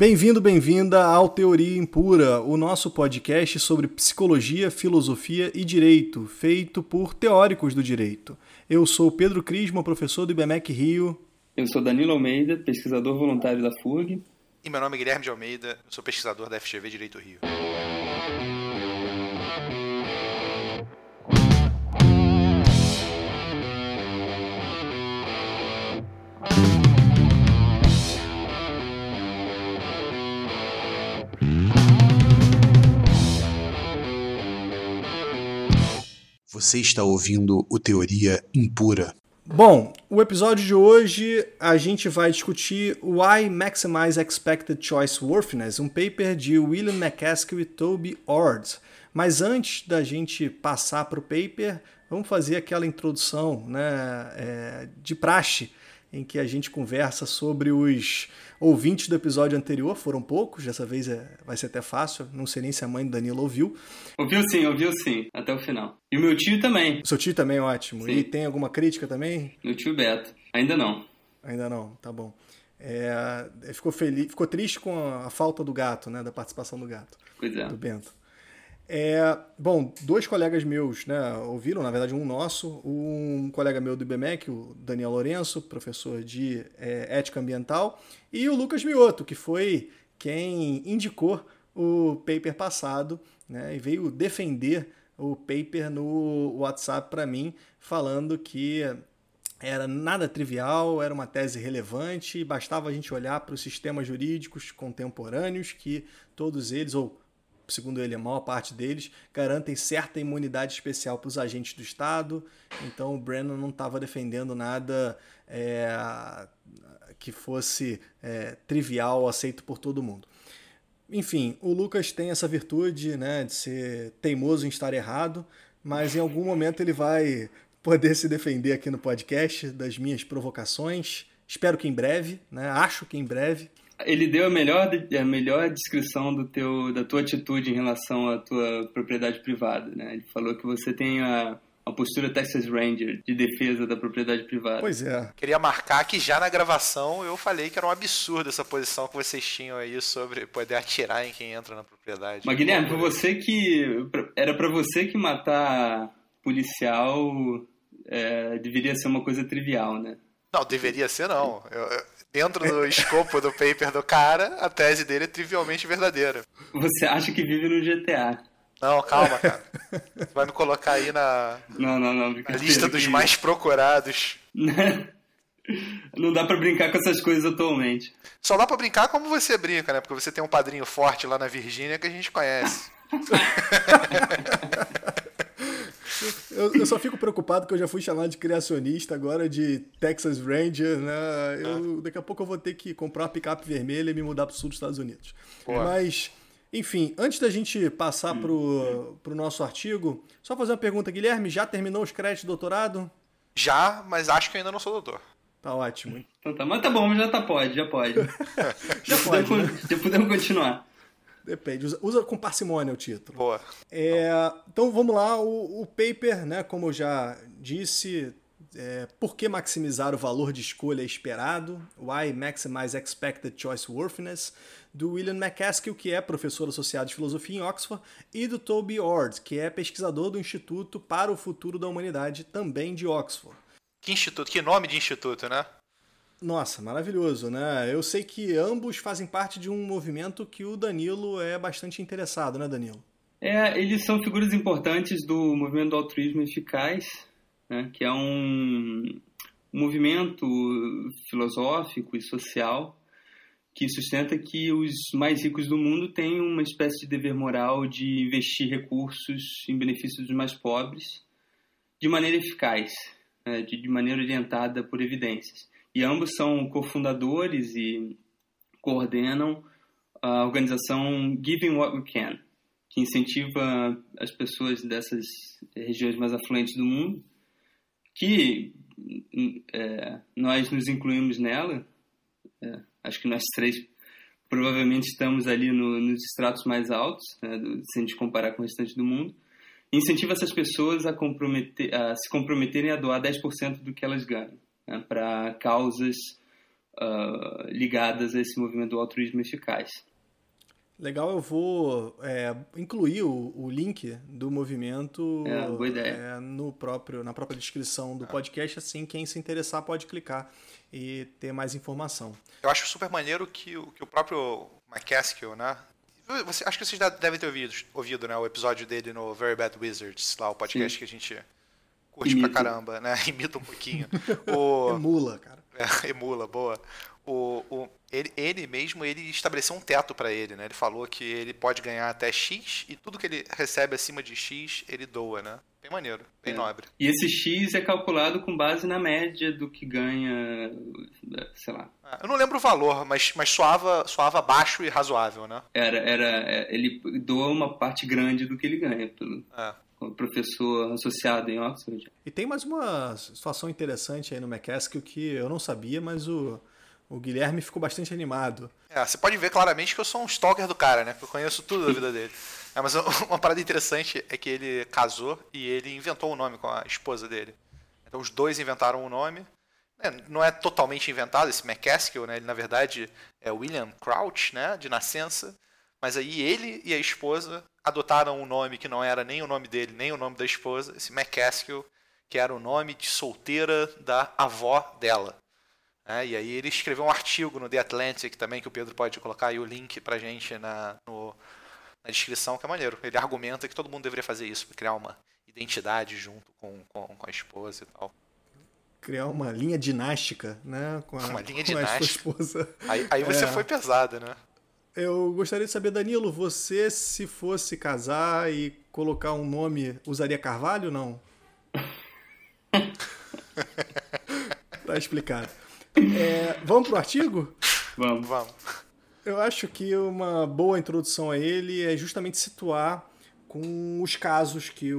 Bem-vindo, bem-vinda ao Teoria Impura, o nosso podcast sobre psicologia, filosofia e direito, feito por teóricos do direito. Eu sou Pedro Crisma, professor do IBMEC Rio. Eu sou Danilo Almeida, pesquisador voluntário da FURG. E meu nome é Guilherme de Almeida, eu sou pesquisador da FGV Direito Rio. Você está ouvindo o Teoria Impura. Bom, o episódio de hoje a gente vai discutir Why Maximize Expected Choice Worthiness, um paper de William MacAskill e Toby Ord. Mas antes da gente passar para o paper, vamos fazer aquela introdução, de praxe, em que a gente conversa sobre os ouvintes do episódio anterior. Foram poucos, dessa vez vai ser até fácil, não sei nem se a mãe do Danilo ouviu. Ouviu sim, até o final. E o meu tio também. Seu tio também, ótimo. Sim. E tem alguma crítica também? Meu tio Beto. Ainda não. Ainda não, tá bom. Ficou triste com a falta do gato, né, da participação do gato. Pois é. Do Bento. Bom, dois colegas meus, né, ouviram, na verdade um nosso, um colega meu do IBMEC, o Daniel Lourenço, professor de ética ambiental, e o Lucas Mioto, que foi quem indicou o paper passado, né, e veio defender o paper no WhatsApp para mim, falando que era nada trivial, era uma tese relevante, bastava a gente olhar para os sistemas jurídicos contemporâneos, que todos eles, ou segundo ele, a maior parte deles, garantem certa imunidade especial para os agentes do Estado. Então o Brennan não estava defendendo nada que fosse trivial, aceito por todo mundo. Enfim, o Lucas tem essa virtude, né, de ser teimoso em estar errado, mas em algum momento ele vai poder se defender aqui no podcast das minhas provocações. Espero que em breve, né? Acho que em breve. Ele deu a melhor descrição da tua atitude em relação à tua propriedade privada, né? Ele falou que você tem a postura Texas Ranger de defesa da propriedade privada. Pois é. Queria marcar que já na gravação eu falei que era um absurdo essa posição que vocês tinham aí sobre poder atirar em quem entra na propriedade. Mas Guilherme, era pra você que matar policial deveria ser uma coisa trivial, né? Não, deveria ser não. Dentro do escopo do paper do cara, a tese dele é trivialmente verdadeira. Você acha que vive no GTA? Não, calma, cara. Você vai me colocar aí na lista dos mais procurados. Não dá pra brincar com essas coisas atualmente. Só dá pra brincar como você brinca, né? Porque você tem um padrinho forte lá na Virgínia que a gente conhece. Eu só fico preocupado que eu já fui chamado de criacionista, agora de Texas Ranger, né? Daqui a pouco eu vou ter que comprar uma picape vermelha e me mudar para o sul dos Estados Unidos. Porra. Mas, enfim, antes da gente passar pro nosso artigo, só fazer uma pergunta, Guilherme, já terminou os créditos de doutorado? Já, mas acho que ainda não sou doutor. Tá ótimo. Então tá, mas tá bom, já pode. Já podemos continuar. Depende, usa com parcimônia o título. Boa. Então vamos lá, o paper, né, como eu já disse, por que maximizar o valor de escolha esperado? Why Maximize Expected Choice Worthiness? Do William MacAskill, que é professor associado de filosofia em Oxford, e do Toby Ord, que é pesquisador do Instituto para o Futuro da Humanidade, também de Oxford. Que instituto? Que nome de instituto, né? Nossa, maravilhoso, né? Eu sei que ambos fazem parte de um movimento que o Danilo é bastante interessado, né, Danilo? Eles são figuras importantes do movimento do altruísmo eficaz, né, que é um movimento filosófico e social que sustenta que os mais ricos do mundo têm uma espécie de dever moral de investir recursos em benefício dos mais pobres de maneira eficaz, né, de maneira orientada por evidências. E ambos são cofundadores e coordenam a organização Giving What We Can, que incentiva as pessoas dessas regiões mais afluentes do mundo, que nós nos incluímos nela. Acho que nós três provavelmente estamos ali nos estratos mais altos, né, se a gente comparar com o restante do mundo. Incentiva essas pessoas a se comprometerem a doar 10% do que elas ganham, né, para causas ligadas a esse movimento do altruísmo eficaz. Legal, eu vou incluir o link do movimento boa ideia. na própria descrição do podcast, assim quem se interessar pode clicar e ter mais informação. Eu acho super maneiro que o próprio McCaskill, né? Acho que vocês devem ter ouvido, né, o episódio dele no Very Bad Wizards, lá o podcast que a gente curte pra caramba, né? Imita um pouquinho. Emula, cara. Emula, boa. Ele mesmo, ele estabeleceu um teto para ele, né? Ele falou que ele pode ganhar até X e tudo que ele recebe acima de X, ele doa, né? Bem maneiro, bem nobre. E esse X é calculado com base na média do que ganha, sei lá. Eu não lembro o valor, mas soava baixo e razoável, né? Ele doa uma parte grande do que ele ganha pelo professor associado em Oxford. E tem mais uma situação interessante aí no McCaskill que eu não sabia, mas o Guilherme ficou bastante animado. Você pode ver claramente que eu sou um stalker do cara, né? Eu conheço tudo da vida dele. Mas uma parada interessante é que ele casou e ele inventou um nome com a esposa dele. Então os dois inventaram um nome. Não é totalmente inventado esse McCaskill, né? Ele na verdade é William Crouch, né? De nascença. Mas aí ele e a esposa adotaram um nome que não era nem o nome dele, nem o nome da esposa. Esse McCaskill, que era o nome de solteira da avó dela. E aí ele escreveu um artigo no The Atlantic também, que o Pedro pode colocar aí o link pra gente na descrição, que é maneiro. Ele argumenta que todo mundo deveria fazer isso, pra criar uma identidade junto com a esposa e tal. Criar uma linha dinástica, né? Uma linha dinástica. Sua esposa. Aí você foi pesado, né? Eu gostaria de saber, Danilo, você se fosse casar e colocar um nome, usaria Carvalho ou não? Tá explicado. Vamos pro artigo? Vamos. Eu acho que uma boa introdução a ele é justamente situar com os casos que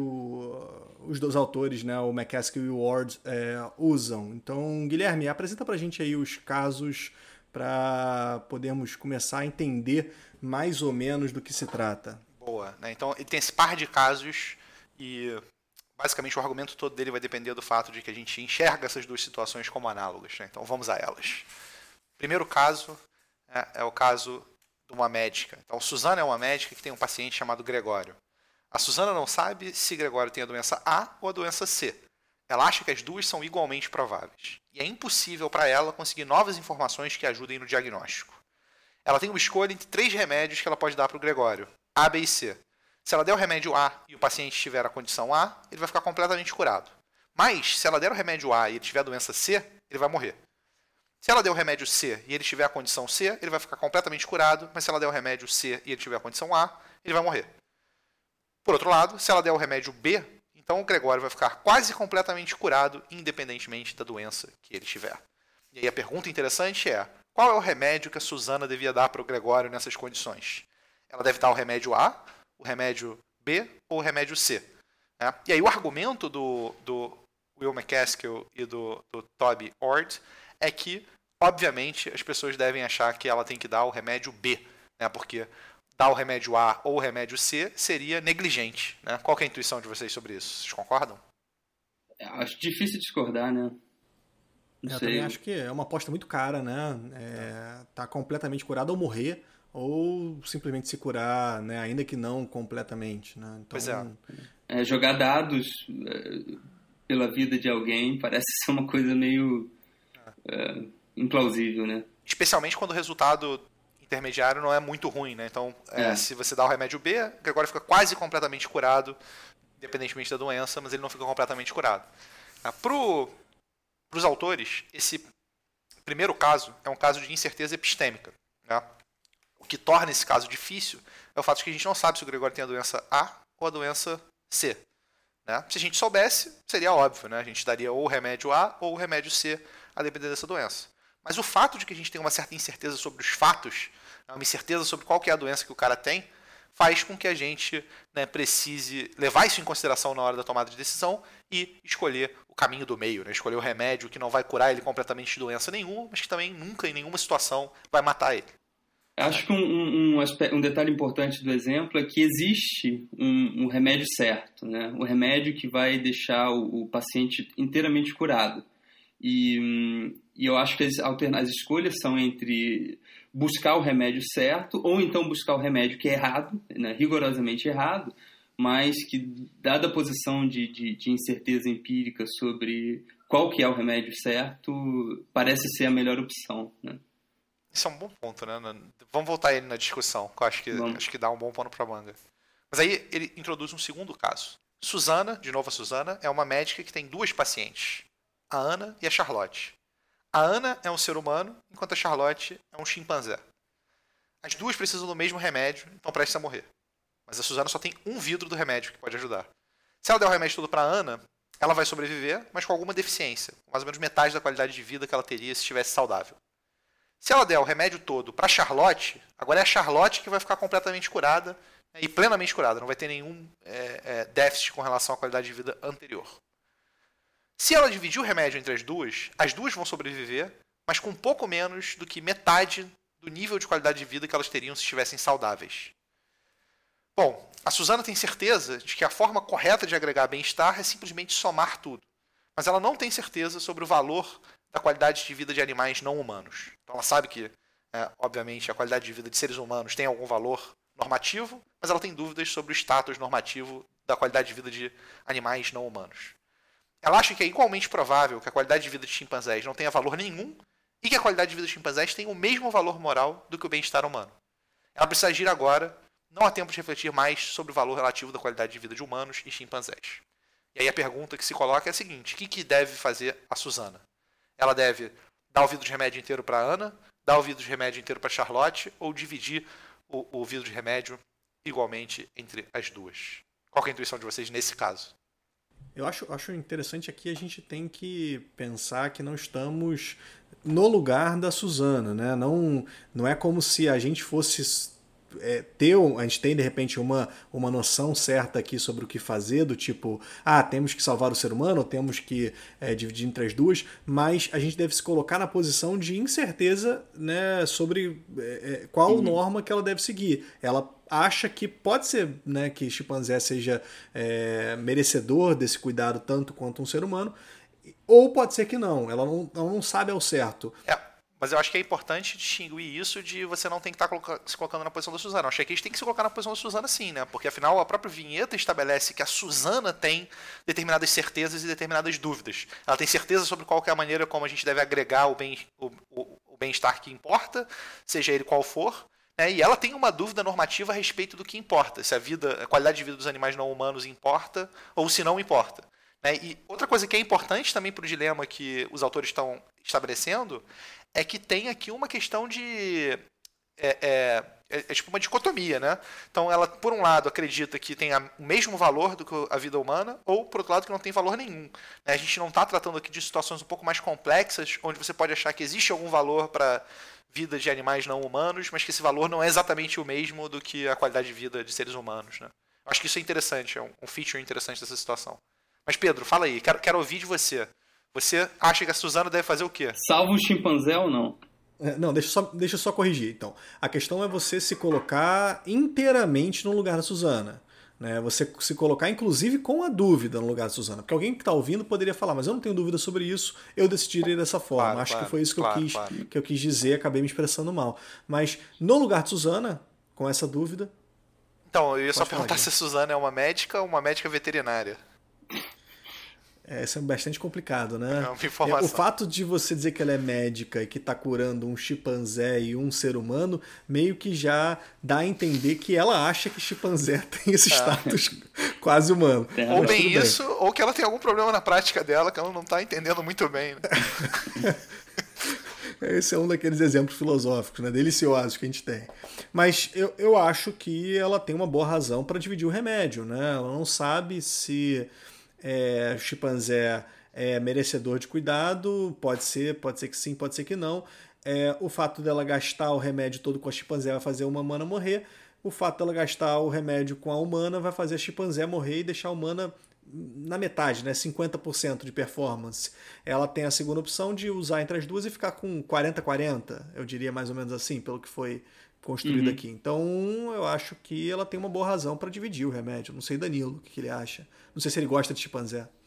os dois autores, né, o McCaskill e o Ward, usam. Então, Guilherme, apresenta pra gente aí os casos para podermos começar a entender mais ou menos do que se trata. Boa, né? Então, ele tem esse par de casos e basicamente o argumento todo dele vai depender do fato de que a gente enxerga essas duas situações como análogas, né? Então vamos a elas. Primeiro caso é o caso de uma médica. Então Suzana é uma médica que tem um paciente chamado Gregório. A Suzana não sabe se Gregório tem a doença A ou a doença C. Ela acha que as duas são igualmente prováveis. E é impossível para ela conseguir novas informações que ajudem no diagnóstico. Ela tem uma escolha entre 3 remédios que ela pode dar para o Gregório: A, B e C. Se ela der o remédio A e o paciente tiver a condição A, ele vai ficar completamente curado. Mas, se ela der o remédio A e ele tiver a doença C, ele vai morrer. Se ela der o remédio C e ele tiver a condição C, ele vai ficar completamente curado. Mas se ela der o remédio C e ele tiver a condição A, ele vai morrer. Por outro lado, se ela der o remédio B, então o Gregório vai ficar quase completamente curado, independentemente da doença que ele tiver. E aí a pergunta interessante é: qual é o remédio que a Suzana devia dar para o Gregório nessas condições? Ela deve dar o remédio A, o remédio B ou o remédio C. E aí o argumento do Will McCaskill e do Toby Ord é que, obviamente, as pessoas devem achar que ela tem que dar o remédio B, né? Porque dar o remédio A ou o remédio C seria negligente, né? Qual que é a intuição de vocês sobre isso? Vocês concordam? Acho difícil discordar, né? Eu também acho que é uma aposta muito cara, né? Tá completamente curado ou morrer, ou simplesmente se curar, né? Ainda que não completamente, né? Então, pois é. Jogar dados pela vida de alguém parece ser uma coisa meio implausível, né? Especialmente quando o resultado intermediário não é muito ruim, né? Então, se você dá o remédio B, o Gregório fica quase completamente curado, independentemente da doença, mas ele não fica completamente curado. Para os autores, esse primeiro caso é um caso de incerteza epistêmica, né? O que torna esse caso difícil é o fato de que a gente não sabe se o Gregório tem a doença A ou a doença C, né? Se a gente soubesse, seria óbvio, né? A gente daria ou o remédio A ou o remédio C, a depender dessa doença. Mas o fato de que a gente tem uma certa incerteza sobre os fatos, uma incerteza sobre qual que é a doença que o cara tem, faz com que a gente, né, precise levar isso em consideração na hora da tomada de decisão e escolher o caminho do meio, né? Escolher o remédio que não vai curar ele completamente de doença nenhuma, mas que também nunca, em nenhuma situação, vai matar ele. Acho que um detalhe importante do exemplo é que existe um remédio certo, né? O remédio que vai deixar o paciente inteiramente curado. E eu acho que as escolhas são entre buscar o remédio certo ou então buscar o remédio que é errado, né, rigorosamente errado, mas que, dada a posição de incerteza empírica sobre qual que é o remédio certo, parece ser a melhor opção, né? Isso é um bom ponto, né? Vamos voltar aí na discussão, que eu acho que dá um bom pano pra manga. Mas aí ele introduz um segundo caso. Suzana, de novo a Suzana, é uma médica que tem duas pacientes, a Ana e a Charlotte. A Ana é um ser humano, enquanto a Charlotte é um chimpanzé. As duas precisam do mesmo remédio, então prestes a morrer. Mas a Suzana só tem um vidro do remédio que pode ajudar. Se ela der o remédio todo para a Ana, ela vai sobreviver, mas com alguma deficiência, com mais ou menos metade da qualidade de vida que ela teria se estivesse saudável. Se ela der o remédio todo para a Charlotte, agora é a Charlotte que vai ficar completamente curada, né, e plenamente curada, não vai ter nenhum déficit com relação à qualidade de vida anterior. Se ela dividir o remédio entre as duas vão sobreviver, mas com um pouco menos do que metade do nível de qualidade de vida que elas teriam se estivessem saudáveis. Bom, a Suzana tem certeza de que a forma correta de agregar bem-estar é simplesmente somar tudo. Mas ela não tem certeza sobre o valor da qualidade de vida de animais não humanos. Então ela sabe que, obviamente, a qualidade de vida de seres humanos tem algum valor normativo, mas ela tem dúvidas sobre o status normativo da qualidade de vida de animais não humanos. Ela acha que é igualmente provável que a qualidade de vida de chimpanzés não tenha valor nenhum e que a qualidade de vida de chimpanzés tem o mesmo valor moral do que o bem-estar humano. Ela precisa agir agora. Não há tempo de refletir mais sobre o valor relativo da qualidade de vida de humanos e chimpanzés. E aí a pergunta que se coloca é a seguinte: o que deve fazer a Suzana? Ela deve dar o vidro de remédio inteiro para a Ana, dar o vidro de remédio inteiro para a Charlotte, ou dividir o vidro de remédio igualmente entre as duas? Qual que é a intuição de vocês nesse caso? Eu acho interessante aqui a gente tem que pensar que não estamos no lugar da Suzana, né? Não é como se a gente fosse... a gente tem de repente uma noção certa aqui sobre o que fazer, do tipo, temos que salvar o ser humano, ou temos que dividir entre as duas, mas a gente deve se colocar na posição de incerteza, né, sobre qual norma que ela deve seguir. Ela acha que pode ser, né, que chimpanzé seja merecedor desse cuidado tanto quanto um ser humano, ou pode ser que não, ela não sabe ao certo. Mas eu acho que é importante distinguir isso de você não tem que estar se colocando na posição da Suzana. Eu acho que a gente tem que se colocar na posição da Suzana sim, né? Porque afinal a própria vinheta estabelece que a Suzana tem determinadas certezas e determinadas dúvidas. Ela tem certeza sobre qual que é a maneira como a gente deve agregar o bem-estar que importa, seja ele qual for, né? E ela tem uma dúvida normativa a respeito do que importa, se a qualidade de vida dos animais não humanos importa ou se não importa. E outra coisa que é importante também para o dilema que os autores estão estabelecendo é que tem aqui uma questão de... É tipo uma dicotomia, né? Então ela, por um lado, acredita que tem o mesmo valor do que a vida humana, ou, por outro lado, que não tem valor nenhum. A gente não está tratando aqui de situações um pouco mais complexas, onde você pode achar que existe algum valor para vida de animais não humanos, mas que esse valor não é exatamente o mesmo do que a qualidade de vida de seres humanos, né? Eu acho que isso é interessante, é um feature interessante dessa situação. Mas, Pedro, fala aí, quero ouvir de você. Você acha que a Suzana deve fazer o quê? Salva o chimpanzé ou não? Não, deixa eu só corrigir. Então, a questão é você se colocar inteiramente no lugar da Suzana. Né? Você se colocar, inclusive, com a dúvida no lugar da Suzana. Porque alguém que está ouvindo poderia falar, mas eu não tenho dúvida sobre isso, eu decidiria dessa forma. Claro, Acho claro, que foi isso que eu quis dizer, acabei me expressando mal. Mas, no lugar de Suzana, com essa dúvida... Então, eu ia só perguntar se a Suzana é uma médica ou uma médica veterinária. Isso é bastante complicado, né? É uma informação. O fato de você dizer que ela é médica e que está curando um chimpanzé e um ser humano, meio que já dá a entender que ela acha que chimpanzé tem esse status quase humano. Ou bem isso, ou que ela tem algum problema na prática dela que ela não está entendendo muito bem. Né? Esse é um daqueles exemplos filosóficos, né, deliciosos que a gente tem. Mas eu acho que ela tem uma boa razão para dividir o remédio. Né? Ela não sabe se... o chimpanzé é merecedor de cuidado, pode ser que sim, pode ser que não. O fato dela gastar o remédio todo com a chimpanzé vai fazer uma humana morrer. O fato dela gastar o remédio com a humana vai fazer a chimpanzé morrer e deixar a humana na metade, né? 50% de performance. Ela tem a segunda opção de usar entre as duas e ficar com 40-40, eu diria mais ou menos assim, pelo que foi construído aqui. Então, eu acho que ela tem uma boa razão para dividir o remédio. Não sei, Danilo, o que ele acha. Não sei se ele gosta de chimpanzé.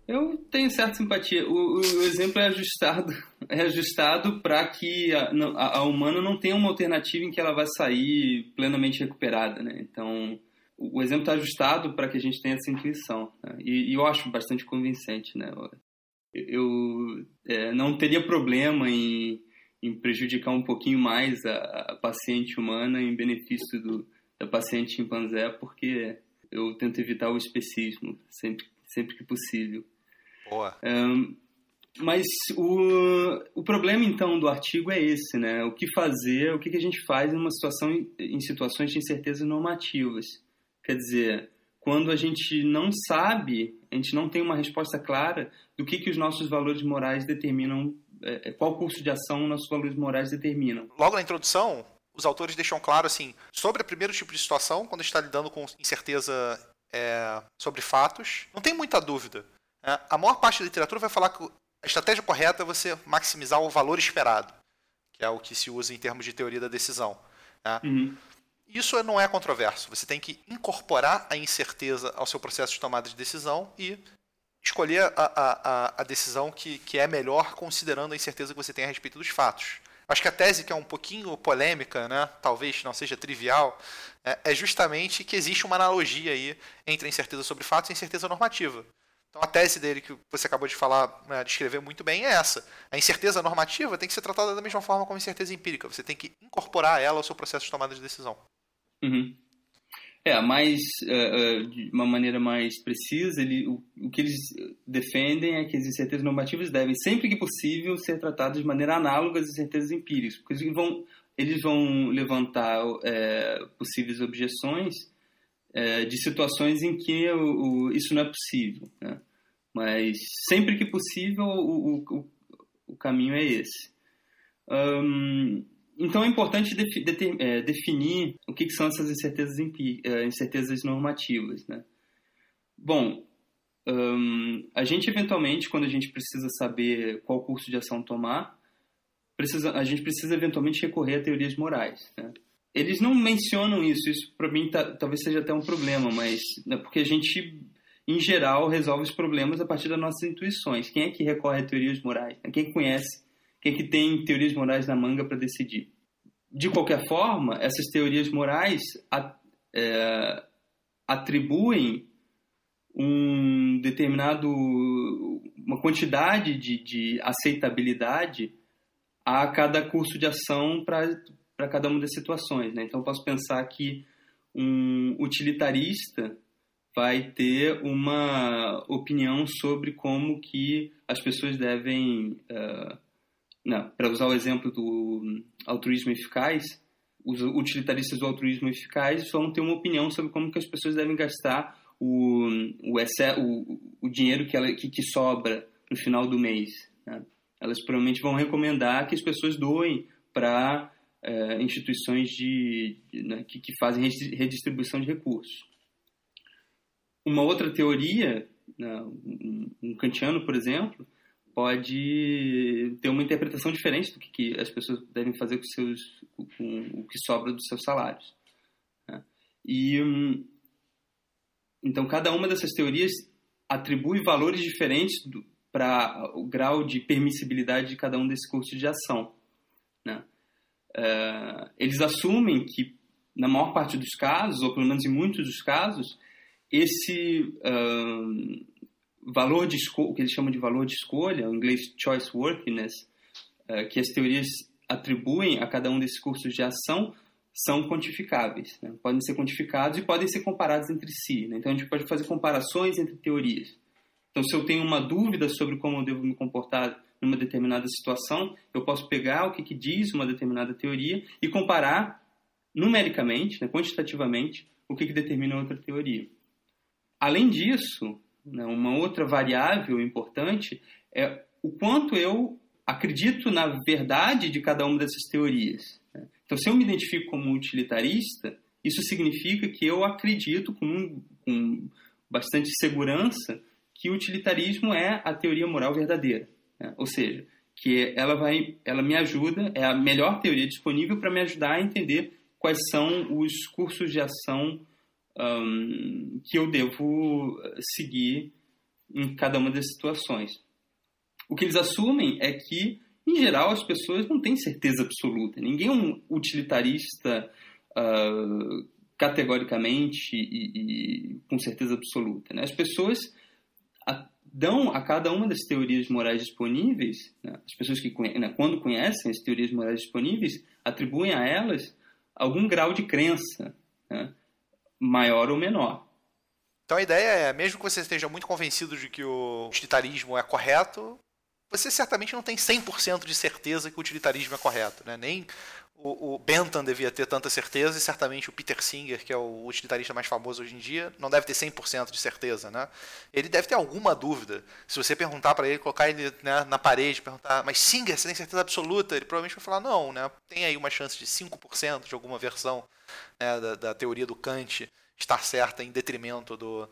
Eu tenho certa simpatia. O exemplo é ajustado para que a humana não tenha uma alternativa em que ela vai sair plenamente recuperada, né? Então, o exemplo está ajustado para que a gente tenha essa intuição, né? E eu acho bastante convincente, né? Eu não teria problema em prejudicar um pouquinho mais a paciente humana em benefício da paciente chimpanzé, porque eu tento evitar o especismo sempre que possível. Boa. Mas o problema, então, do artigo é esse, né? O que fazer, o que a gente faz em situações de incertezas normativas. Quer dizer, quando a gente não sabe, a gente não tem uma resposta clara do que os nossos valores morais determinam, qual curso de ação nossos valores morais determinam. Logo na introdução, os autores deixam claro, assim, sobre o primeiro tipo de situação, quando a gente está lidando com incerteza sobre fatos, não tem muita dúvida. A maior parte da literatura vai falar que a estratégia correta é você maximizar o valor esperado, que é o que se usa em termos de teoria da decisão. Né? Uhum. Isso não é controverso. Você tem que incorporar a incerteza ao seu processo de tomada de decisão e escolher a decisão que é melhor considerando a incerteza que você tem a respeito dos fatos. Acho que a tese que é um pouquinho polêmica, né, talvez não seja trivial, é justamente que existe uma analogia aí entre a incerteza sobre fatos e a incerteza normativa. Então a tese dele que você acabou de falar, descrever muito bem, é essa. A incerteza normativa tem que ser tratada da mesma forma como a incerteza empírica. Você tem que incorporar ela ao seu processo de tomada de decisão. Uhum. De uma maneira mais precisa, o que eles defendem é que as incertezas normativas devem, sempre que possível, ser tratadas de maneira análoga às incertezas empíricas, porque eles vão levantar possíveis objeções de situações em que isso não é possível, né? Mas sempre que possível o caminho é esse. Então é importante definir o que são essas incertezas normativas, né? Bom, a gente eventualmente, quando a gente precisa saber qual curso de ação tomar, a gente precisa eventualmente recorrer a teorias morais, né? Eles não mencionam isso para mim talvez seja até um problema, mas porque a gente, em geral, resolve os problemas a partir das nossas intuições. Quem é que recorre a teorias morais? Quem conhece? Quem é que tem teorias morais na manga para decidir? De qualquer forma, essas teorias morais atribuem uma quantidade de aceitabilidade a cada curso de ação para cada uma das situações, né? Então, eu posso pensar que um utilitarista vai ter uma opinião sobre como que as pessoas devem... para usar o exemplo do altruísmo eficaz, os utilitaristas do altruísmo eficaz vão ter uma opinião sobre como que as pessoas devem gastar o dinheiro que sobra no final do mês, né? Elas provavelmente vão recomendar que as pessoas doem para instituições que fazem redistribuição de recursos. Uma outra teoria, um kantiano, por exemplo, pode ter uma interpretação diferente do que as pessoas devem fazer com o que sobra dos seus salários, né? Então, cada uma dessas teorias atribui valores diferentes para o grau de permissibilidade de cada um desses cursos de ação, né? Eles assumem que, na maior parte dos casos, ou pelo menos em muitos dos casos, esse valor de escolha, o que eles chamam de valor de escolha, em inglês choice worthiness, que as teorias atribuem a cada um desses cursos de ação, são quantificáveis, né? Podem ser quantificados e podem ser comparados entre si, né? Então a gente pode fazer comparações entre teorias. Então, se eu tenho uma dúvida sobre como eu devo me comportar numa determinada situação, eu posso pegar o que diz uma determinada teoria e comparar numericamente, né, quantitativamente, o que determina outra teoria. Além disso, né, uma outra variável importante é o quanto eu acredito na verdade de cada uma dessas teorias, né? Então, se eu me identifico como utilitarista, isso significa que eu acredito com bastante segurança que o utilitarismo é a teoria moral verdadeira, né? Ou seja, que ela me ajuda, é a melhor teoria disponível para me ajudar a entender quais são os cursos de ação que eu devo seguir em cada uma das situações. O que eles assumem é que, em geral, as pessoas não têm certeza absoluta. Ninguém é um utilitarista categoricamente e com certeza absoluta, né? As pessoas dão a cada uma das teorias morais disponíveis, né? As pessoas que quando conhecem as teorias morais disponíveis, atribuem a elas algum grau de crença, né? Maior ou menor. Então a ideia é, mesmo que você esteja muito convencido de que o utilitarismo é correto, você certamente não tem 100% de certeza que o utilitarismo é correto, né? Nem o Bentham devia ter tanta certeza, e certamente o Peter Singer, que é o utilitarista mais famoso hoje em dia, não deve ter 100% de certeza, né? Ele deve ter alguma dúvida. Se você perguntar para ele, colocar ele, né, na parede, perguntar, mas Singer, você tem certeza absoluta? Ele provavelmente vai falar, não, né? Tem aí uma chance de 5% de alguma versão, né, da teoria do Kant estar certa em detrimento do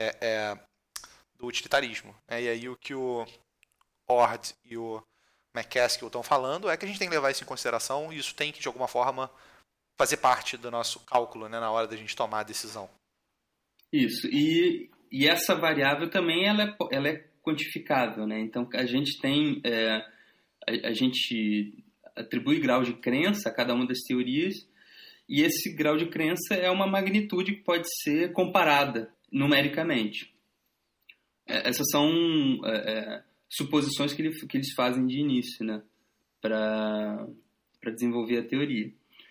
utilitarismo. E aí o que o Ord e o McCaskill estão falando é que a gente tem que levar isso em consideração e isso tem que, de alguma forma, fazer parte do nosso cálculo, né, na hora da gente tomar a decisão. Isso. E essa variável também ela é quantificável, né? Então, a gente tem... a gente atribui grau de crença a cada uma das teorias e esse grau de crença é uma magnitude que pode ser comparada numericamente. Essas são... suposições que eles fazem de início, né, para desenvolver a teoria.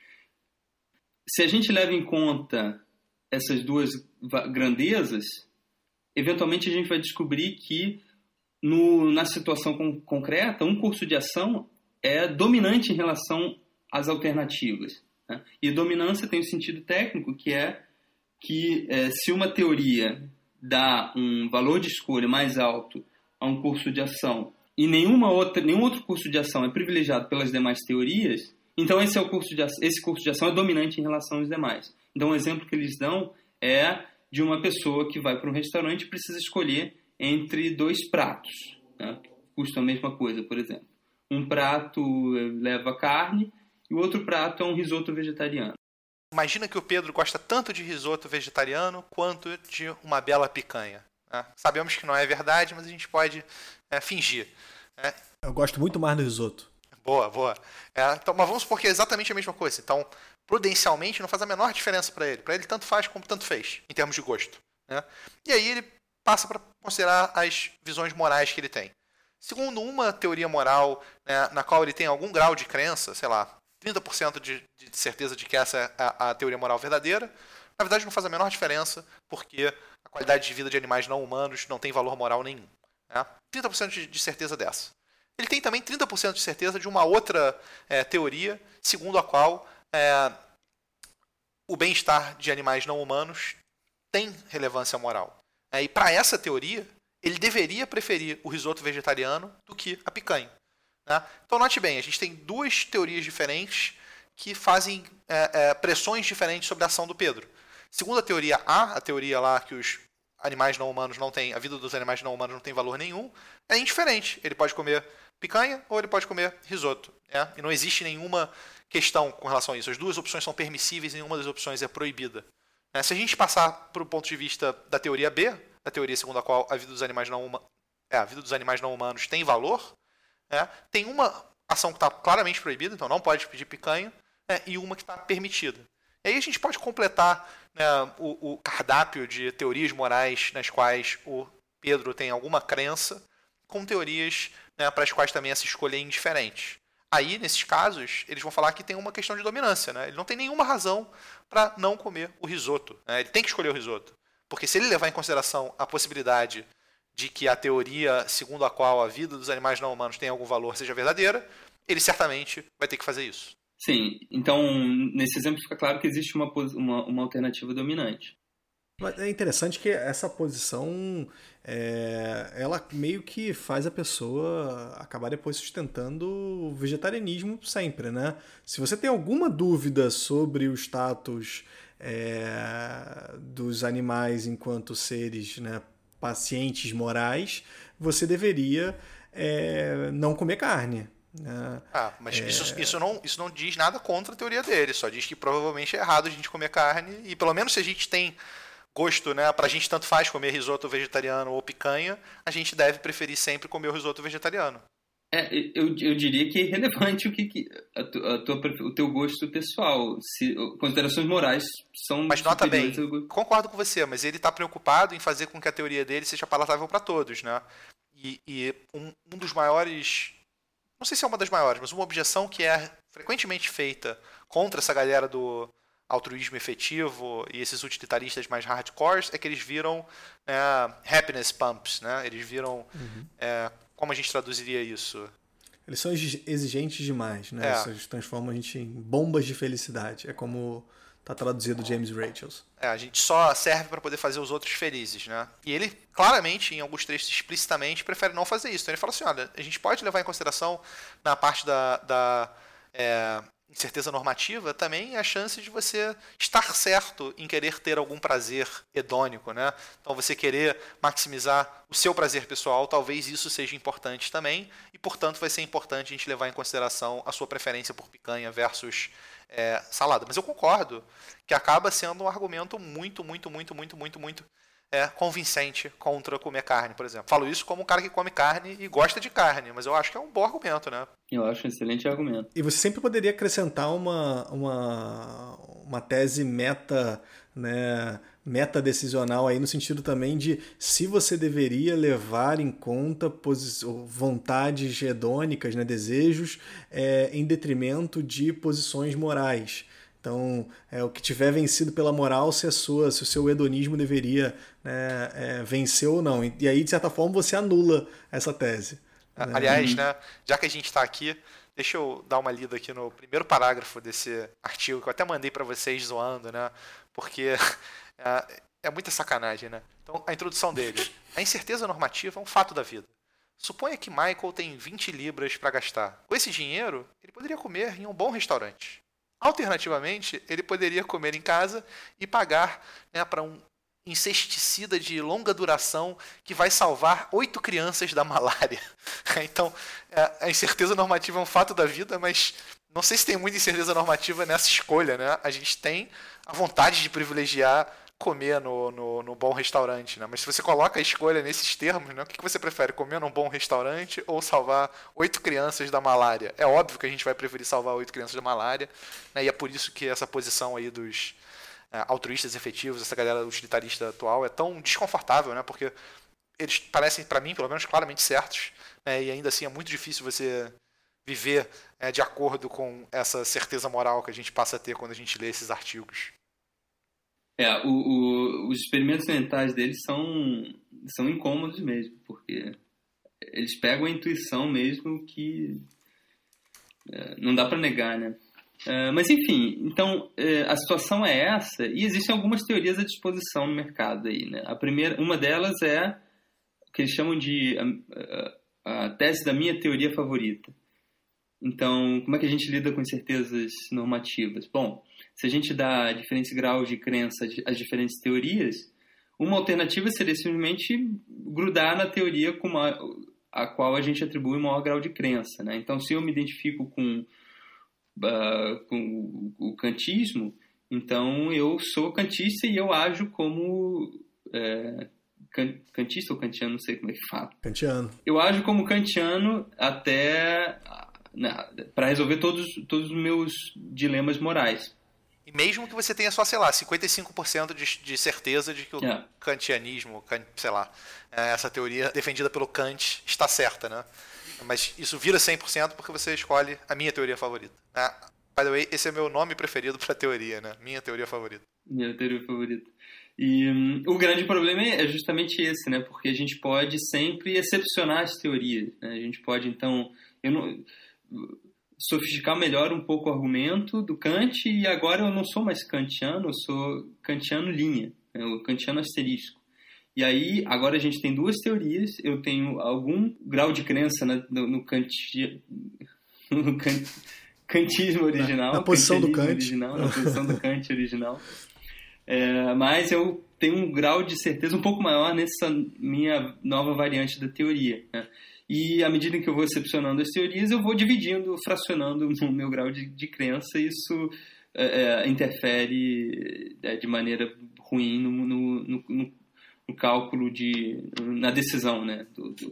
Se a gente leva em conta essas duas grandezas, eventualmente a gente vai descobrir que na situação concreta, um curso de ação é dominante em relação às alternativas, né? E a dominância tem um sentido técnico que é que se uma teoria dá um valor de escolha mais alto a um curso de ação e nenhum outro curso de ação é privilegiado pelas demais teorias, então esse curso de ação é dominante em relação aos demais. Então um exemplo que eles dão é de uma pessoa que vai para um restaurante e precisa escolher entre 2 pratos, né, que custam a mesma coisa, por exemplo. Um prato leva carne e o outro prato é um risoto vegetariano. Imagina que o Pedro gosta tanto de risoto vegetariano quanto de uma bela picanha. Sabemos que não é verdade, mas a gente pode fingir. Eu gosto muito mais do risoto. Boa. Então, mas vamos supor que é exatamente a mesma coisa. Então, prudencialmente, não faz a menor diferença para ele. Para ele, tanto faz como tanto fez, em termos de gosto. Né? E aí ele passa para considerar as visões morais que ele tem. Segundo uma teoria moral, né, na qual ele tem algum grau de crença, sei lá, 30% de certeza de que essa é a teoria moral verdadeira, na verdade não faz a menor diferença, porque a qualidade de vida de animais não humanos não tem valor moral nenhum. Né? 30% de certeza dessa. Ele tem também 30% de certeza de uma outra teoria, segundo a qual o bem-estar de animais não humanos tem relevância moral. E para essa teoria, ele deveria preferir o risoto vegetariano do que a picanha. Né? Então note bem, a gente tem 2 teorias diferentes que fazem pressões diferentes sobre a ação do Pedro. Segundo a teoria A, a teoria lá que os animais não humanos não têm, a vida dos animais não humanos não tem valor nenhum, é indiferente. Ele pode comer picanha ou ele pode comer risoto. E não existe nenhuma questão com relação a isso. As 2 opções são permissíveis e nenhuma das opções é proibida. Se a gente passar para o ponto de vista da teoria B, a teoria segundo a qual a vida dos animais não humanos tem valor, tem uma ação que está claramente proibida, então não pode pedir picanha, e uma que está permitida. E aí a gente pode completar, né, o cardápio de teorias morais nas quais o Pedro tem alguma crença, com teorias, né, para as quais também essa escolha é indiferente. Aí, nesses casos, eles vão falar que tem uma questão de dominância. Né? Ele não tem nenhuma razão para não comer o risoto. Né? Ele tem que escolher o risoto. Porque se ele levar em consideração a possibilidade de que a teoria segundo a qual a vida dos animais não humanos tem algum valor seja verdadeira, ele certamente vai ter que fazer isso. Sim, então nesse exemplo fica claro que existe uma alternativa dominante. Mas é interessante que essa posição, ela meio que faz a pessoa acabar depois sustentando o vegetarianismo sempre, né? Se você tem alguma dúvida sobre o status dos animais enquanto seres, né, pacientes morais, você deveria não comer carne. Mas isso não diz nada contra a teoria dele, só diz que provavelmente é errado a gente comer carne, e pelo menos se a gente tem gosto, né? Pra gente tanto faz comer risoto vegetariano ou picanha, a gente deve preferir sempre comer o risoto vegetariano. Eu diria que é irrelevante o teu gosto pessoal. Considerações morais são... Mas nota bem, concordo com você, mas ele está preocupado em fazer com que a teoria dele seja palatável para todos, né? E um dos maiores... Não sei se é uma das maiores, mas uma objeção que é frequentemente feita contra essa galera do altruísmo efetivo e esses utilitaristas mais hardcore é que eles viram happiness pumps, né? Eles viram... como a gente traduziria isso? Eles são exigentes demais, né? Eles transformam a gente em bombas de felicidade. É como tá traduzido James Rachels. A gente só serve para poder fazer os outros felizes, né? E ele, claramente, em alguns trechos explicitamente, prefere não fazer isso. Então ele fala assim, olha, a gente pode levar em consideração na parte da incerteza normativa também a chance de você estar certo em querer ter algum prazer hedônico, né? Então você querer maximizar o seu prazer pessoal, talvez isso seja importante também, e portanto vai ser importante a gente levar em consideração a sua preferência por picanha versus salada. Mas eu concordo que acaba sendo um argumento muito convincente contra comer carne, por exemplo. Falo isso como um cara que come carne e gosta de carne, mas eu acho que é um bom argumento, né? Eu acho um excelente argumento. E você sempre poderia acrescentar uma tese meta-decisional aí, no sentido também de se você deveria levar em conta vontades hedônicas, né, desejos, em detrimento de posições morais. Então, o que tiver vencido pela moral, se o seu hedonismo deveria vencer ou não. E aí, de certa forma, você anula essa tese. Aliás, né, já que a gente está aqui, deixa eu dar uma lida aqui no primeiro parágrafo desse artigo, que eu até mandei para vocês zoando, né, porque é muita sacanagem, né? Então, a introdução dele. A incerteza normativa é um fato da vida. Suponha que Michael tem 20 libras para gastar. Com esse dinheiro, ele poderia comer em um bom restaurante. Alternativamente, ele poderia comer em casa e pagar, né, para um inseticida de longa duração que vai salvar 8 crianças da malária. Então, a incerteza normativa é um fato da vida, mas não sei se tem muita incerteza normativa nessa escolha, né? A gente tem a vontade de privilegiar comer no bom restaurante, né? Mas se você coloca a escolha nesses termos, né, o que você prefere? Comer num bom restaurante ou salvar 8 crianças da malária? É óbvio que a gente vai preferir salvar 8 crianças da malária, né? E é por isso que essa posição aí dos altruístas efetivos, essa galera utilitarista atual é tão desconfortável, né? Porque eles parecem, para mim, pelo menos, claramente certos, né? E ainda assim é muito difícil você viver de acordo com essa certeza moral que a gente passa a ter quando a gente lê esses artigos. Os experimentos mentais deles são incômodos mesmo, porque eles pegam a intuição mesmo que não dá para negar, né? Mas enfim, então a situação é essa, e existem algumas teorias à disposição no mercado aí, né? Uma delas é o que eles chamam de a tese da minha teoria favorita. Então, como é que a gente lida com incertezas normativas? Bom, se a gente dá diferentes graus de crença às diferentes teorias, uma alternativa seria simplesmente grudar na teoria a qual a gente atribui o maior grau de crença, né? Então, se eu me identifico com o kantismo, então eu sou kantista e eu ajo como kantista ou kantiano, não sei como é que fala. Kantiano. Eu ajo como kantiano até para resolver todos os meus dilemas morais. E mesmo que você tenha só, sei lá, 55% de certeza de que o kantianismo, sei lá, essa teoria defendida pelo Kant está certa, né? Mas isso vira 100% porque você escolhe a minha teoria favorita. By the way, esse é meu nome preferido para teoria, né? Minha teoria favorita. Minha teoria favorita. E o grande problema é justamente esse, né? Porque a gente pode sempre excepcionar as teorias, né? A gente pode, então, sofisticar melhor um pouco o argumento do Kant, e agora eu não sou mais kantiano, eu sou kantiano linha, né? O kantiano asterisco. E aí, agora a gente tem duas teorias, eu tenho algum grau de crença no kantismo original. Na posição do Kant. Original, na posição do Kant original. Mas eu tenho um grau de certeza um pouco maior nessa minha nova variante da teoria, né? E à medida que eu vou excepcionando as teorias, eu vou dividindo, fracionando o meu grau de crença, e isso interfere de maneira ruim no cálculo na decisão, né,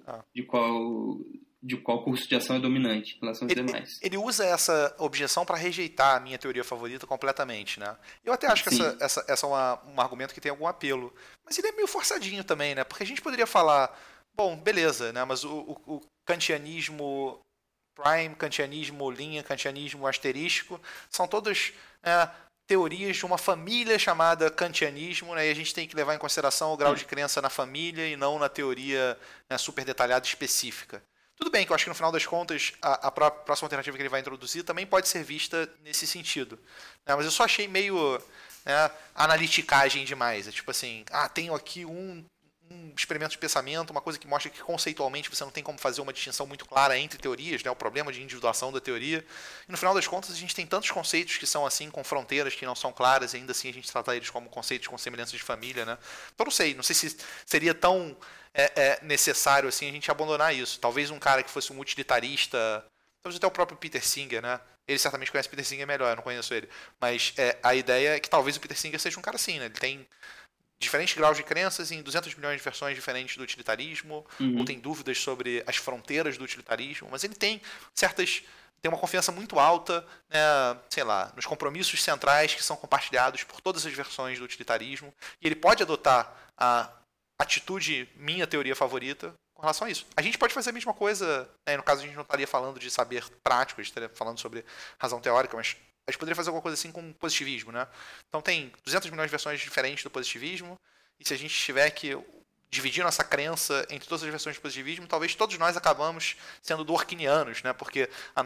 de qual curso de ação é dominante em relação aos demais. Ele usa essa objeção para rejeitar a minha teoria favorita completamente, né? Eu até acho que essa é um argumento que tem algum apelo, mas ele é meio forçadinho também, né? Porque a gente poderia falar, bom, beleza, né? Mas o kantianismo prime, kantianismo linha, kantianismo asterístico, são todos teorias de uma família chamada kantianismo, né? E a gente tem que levar em consideração o grau de crença na família e não na teoria, né, super detalhada específica. Tudo bem que eu acho que no final das contas a próxima alternativa que ele vai introduzir também pode ser vista nesse sentido, né? Mas eu só achei meio analiticagem demais. É tipo assim, tenho aqui um experimento de pensamento, uma coisa que mostra que conceitualmente você não tem como fazer uma distinção muito clara entre teorias, né? O problema de individuação da teoria. E no final das contas a gente tem tantos conceitos que são assim, com fronteiras que não são claras, e ainda assim a gente trata eles como conceitos com semelhanças de família, né? Então não sei se seria tão necessário assim a gente abandonar isso. Talvez um cara que fosse um utilitarista, talvez até o próprio Peter Singer, né? Ele certamente conhece Peter Singer melhor, eu não conheço ele. Mas a ideia é que talvez o Peter Singer seja um cara assim, né? Ele tem diferentes graus de crenças em 200 milhões de versões diferentes do utilitarismo, ou tem dúvidas sobre as fronteiras do utilitarismo, mas ele tem uma confiança muito alta, né, sei lá, nos compromissos centrais que são compartilhados por todas as versões do utilitarismo, e ele pode adotar a atitude, minha teoria favorita, com relação a isso. A gente pode fazer a mesma coisa, né, no caso a gente não estaria falando de saber prático, a gente estaria falando sobre razão teórica, mas a gente poderia fazer alguma coisa assim com positivismo, né? Então tem 200 milhões de versões diferentes do positivismo, e se a gente tiver que dividir nossa crença entre todas as versões do positivismo, talvez todos nós acabamos sendo dworkinianos, né? Porque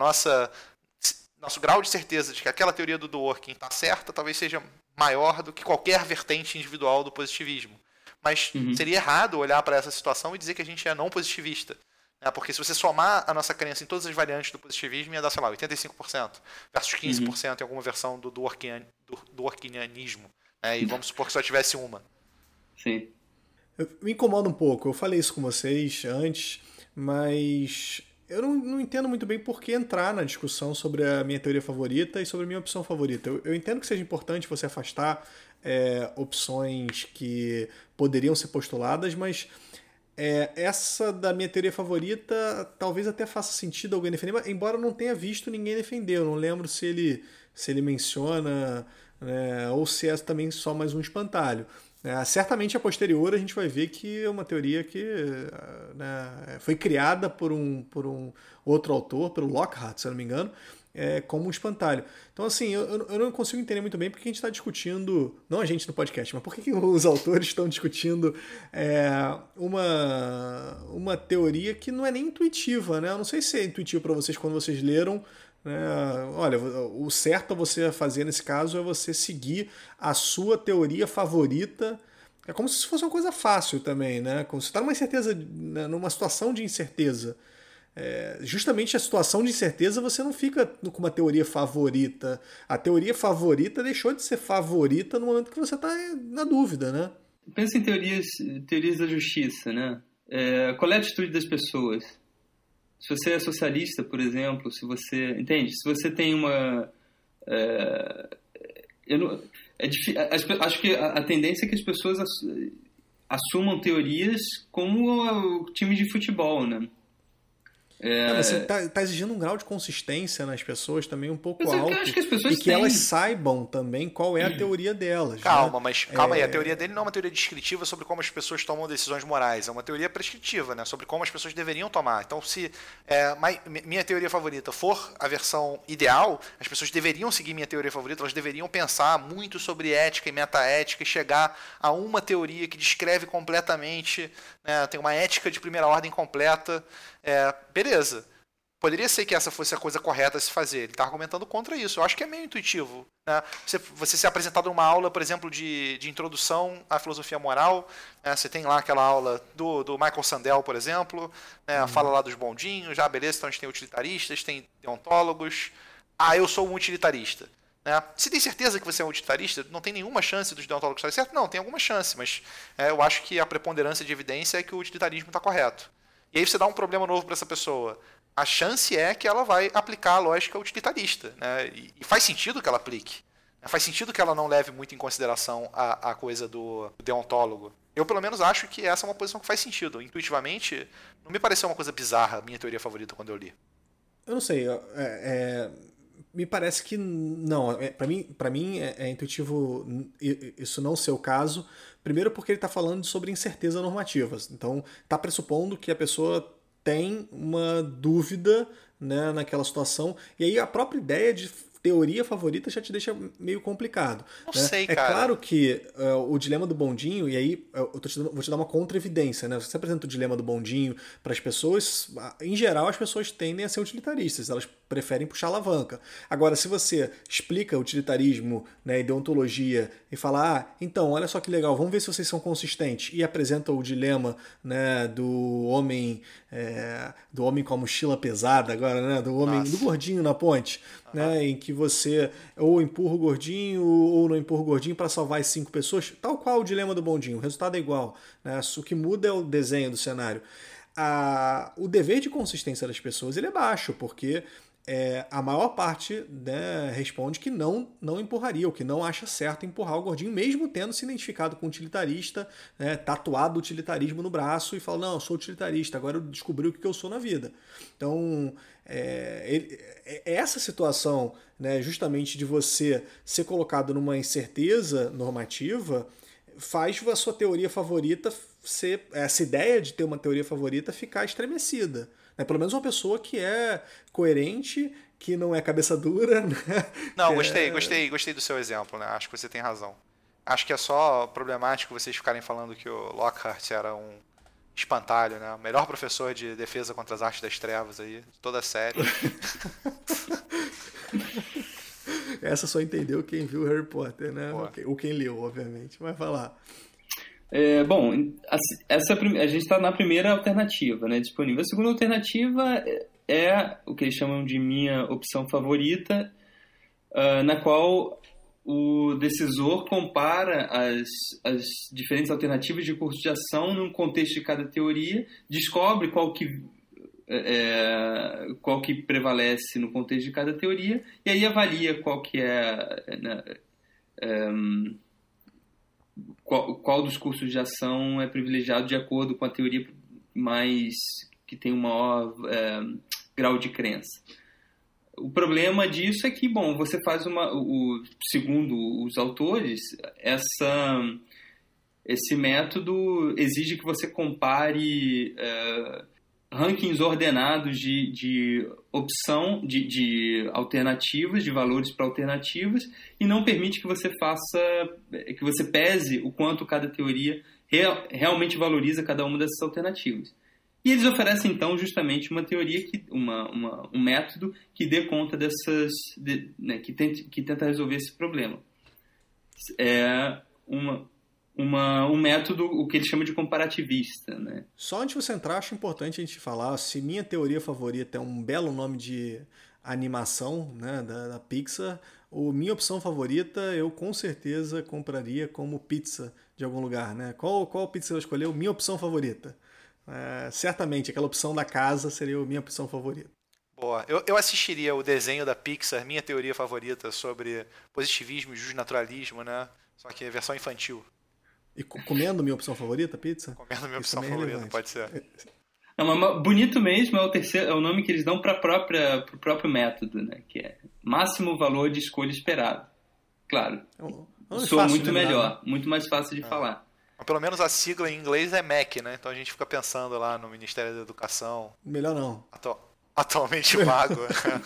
nosso grau de certeza de que aquela teoria do Dworkin está certa talvez seja maior do que qualquer vertente individual do positivismo. Mas seria errado olhar para essa situação e dizer que a gente é não positivista. Porque se você somar a nossa crença em todas as variantes do positivismo, ia dar, sei lá, 85% versus 15% em alguma versão do dworkinianismo. Né? E vamos supor que só tivesse uma. Sim. Me incomoda um pouco. Eu falei isso com vocês antes, mas eu não entendo muito bem por que entrar na discussão sobre a minha teoria favorita e sobre a minha opção favorita. Eu entendo que seja importante você afastar opções que poderiam ser postuladas, mas essa da minha teoria favorita talvez até faça sentido alguém defender, embora eu não tenha visto ninguém defender. Eu não lembro se ele menciona, né, ou se é também só mais um espantalho. Certamente a posterior a gente vai ver que é uma teoria que, né, foi criada por um outro autor, pelo Lockhart, se eu não me engano, como um espantalho. Então, assim, eu não consigo entender muito bem porque a gente está discutindo, não a gente no podcast, mas por que os autores estão discutindo uma teoria que não é nem intuitiva, né? Eu não sei se é intuitivo para vocês quando vocês leram. Olha, o certo a você fazer nesse caso é você seguir a sua teoria favorita. É como se fosse uma coisa fácil também, né? Como se você está numa incerteza, numa situação de incerteza. Justamente a situação de incerteza você não fica com uma teoria favorita. A teoria favorita deixou de ser favorita no momento que você está na dúvida, né? Pensa em teorias da justiça, né? Qual é a atitude das pessoas? Se você é socialista, por exemplo, se você tem uma... acho que a tendência é que as pessoas assumam teorias como o time de futebol, né? Você tá exigindo um grau de consistência nas pessoas também um pouco alto. Eu acho que as pessoas e que elas saibam também qual é a teoria delas. Calma, né? Mas calma aí. A teoria dele não é uma teoria descritiva sobre como as pessoas tomam decisões morais. É uma teoria prescritiva, né? Sobre como as pessoas deveriam tomar. Então, se minha teoria favorita for a versão ideal, as pessoas deveriam seguir minha teoria favorita, elas deveriam pensar muito sobre ética e metaética e chegar a uma teoria que descreve completamente, né? Tem uma ética de primeira ordem completa. Beleza. Poderia ser que essa fosse a coisa correta a se fazer. Ele está argumentando contra isso. Eu acho que é meio intuitivo, né? Você ser apresentado numa aula, por exemplo, de introdução à filosofia moral, né? Você tem lá aquela aula do Michael Sandel, por exemplo, né? Fala lá dos bondinhos, beleza, então a gente tem utilitaristas, tem deontólogos. Eu sou um utilitarista. Né? Se tem certeza que você é um utilitarista, não tem nenhuma chance dos deontólogos estarem certos? Não, tem alguma chance, mas eu acho que a preponderância de evidência é que o utilitarismo está correto. E aí você dá um problema novo para essa pessoa. A chance é que ela vai aplicar a lógica utilitarista, né? E faz sentido que ela aplique. Faz sentido que ela não leve muito em consideração a coisa do deontólogo. Eu, pelo menos, acho que essa é uma posição que faz sentido. Intuitivamente, não me pareceu uma coisa bizarra, minha teoria favorita, quando eu li. Eu não sei, me parece que não. Para mim é intuitivo isso não ser o caso. Primeiro porque ele está falando sobre incerteza normativa. Então, está pressupondo que a pessoa tem uma dúvida, né, naquela situação. E aí a própria ideia de teoria favorita já te deixa meio complicado. Não né? sei, É cara. claro que o dilema do bondinho, e aí vou te dar uma contra-evidência, né? Você apresenta o dilema do bondinho para as pessoas, em geral as pessoas tendem a ser utilitaristas, elas preferem puxar alavanca. Agora, se você explica utilitarismo, né, e deontologia e fala, então, olha só que legal, vamos ver se vocês são consistentes, e apresenta o dilema, né, do homem com a mochila pesada agora, né, do gordinho na ponte, né, em que você ou empurra o gordinho ou não empurra o gordinho para salvar as 5 pessoas, tal qual o dilema do bondinho, o resultado é igual, né, o que muda é o desenho do cenário. O dever de consistência das pessoas ele é baixo, porque a maior parte, né, responde que não empurraria, ou que não acha certo empurrar o gordinho, mesmo tendo se identificado com utilitarista, né, tatuado utilitarismo no braço e fala, não, eu sou utilitarista, agora eu descobri o que eu sou na vida. Então, essa situação, né, justamente de você ser colocado numa incerteza normativa, faz a sua teoria favorita essa ideia de ter uma teoria favorita ficar estremecida. Pelo menos uma pessoa que é coerente, que não é cabeça dura. Né? Não, gostei do seu exemplo, né? Acho que você tem razão. Acho que é só problemático vocês ficarem falando que o Lockhart era um espantalho, né? O melhor professor de defesa contra as artes das trevas aí, de toda a série. Essa só entendeu quem viu Harry Potter, né? Ou quem leu, obviamente. Vai falar. Bom, a gente está na primeira alternativa, né, disponível. A segunda alternativa é o que eles chamam de minha opção favorita, na qual o decisor compara as diferentes alternativas de curso de ação num contexto de cada teoria, descobre qual que prevalece no contexto de cada teoria, e aí avalia qual que qual dos cursos de ação é privilegiado de acordo com a teoria que tem um maior grau de crença. O problema disso é que, bom, você faz segundo os autores, esse método exige que você compare rankings ordenados de opção, de alternativas, de valores para alternativas, e não permite que você pese o quanto cada teoria realmente valoriza cada uma dessas alternativas. E eles oferecem, então, justamente uma teoria, um método que dê conta que tenta resolver esse problema. É um método, o que ele chama de comparativista, né? Só antes de você entrar, acho importante a gente falar, se minha teoria favorita é um belo nome de animação, né, da Pixar, ou minha opção favorita eu com certeza compraria como pizza de algum lugar, né? Qual pizza eu escolheu? Minha opção favorita. Certamente, aquela opção da casa seria a minha opção favorita. Boa. Eu assistiria o desenho da Pixar, minha teoria favorita sobre positivismo e justnaturalismo, né? Só que é versão infantil. E comendo minha opção favorita, pizza? Comendo minha opção favorita, pode ser. Não, mas bonito mesmo é o nome que eles dão para o próprio método, né? Que é máximo valor de escolha esperado. Claro, soa muito melhor, né? Muito mais fácil de falar. Mas pelo menos a sigla em inglês é MEC, né? Então a gente fica pensando lá no Ministério da Educação. Melhor não. Atualmente vago.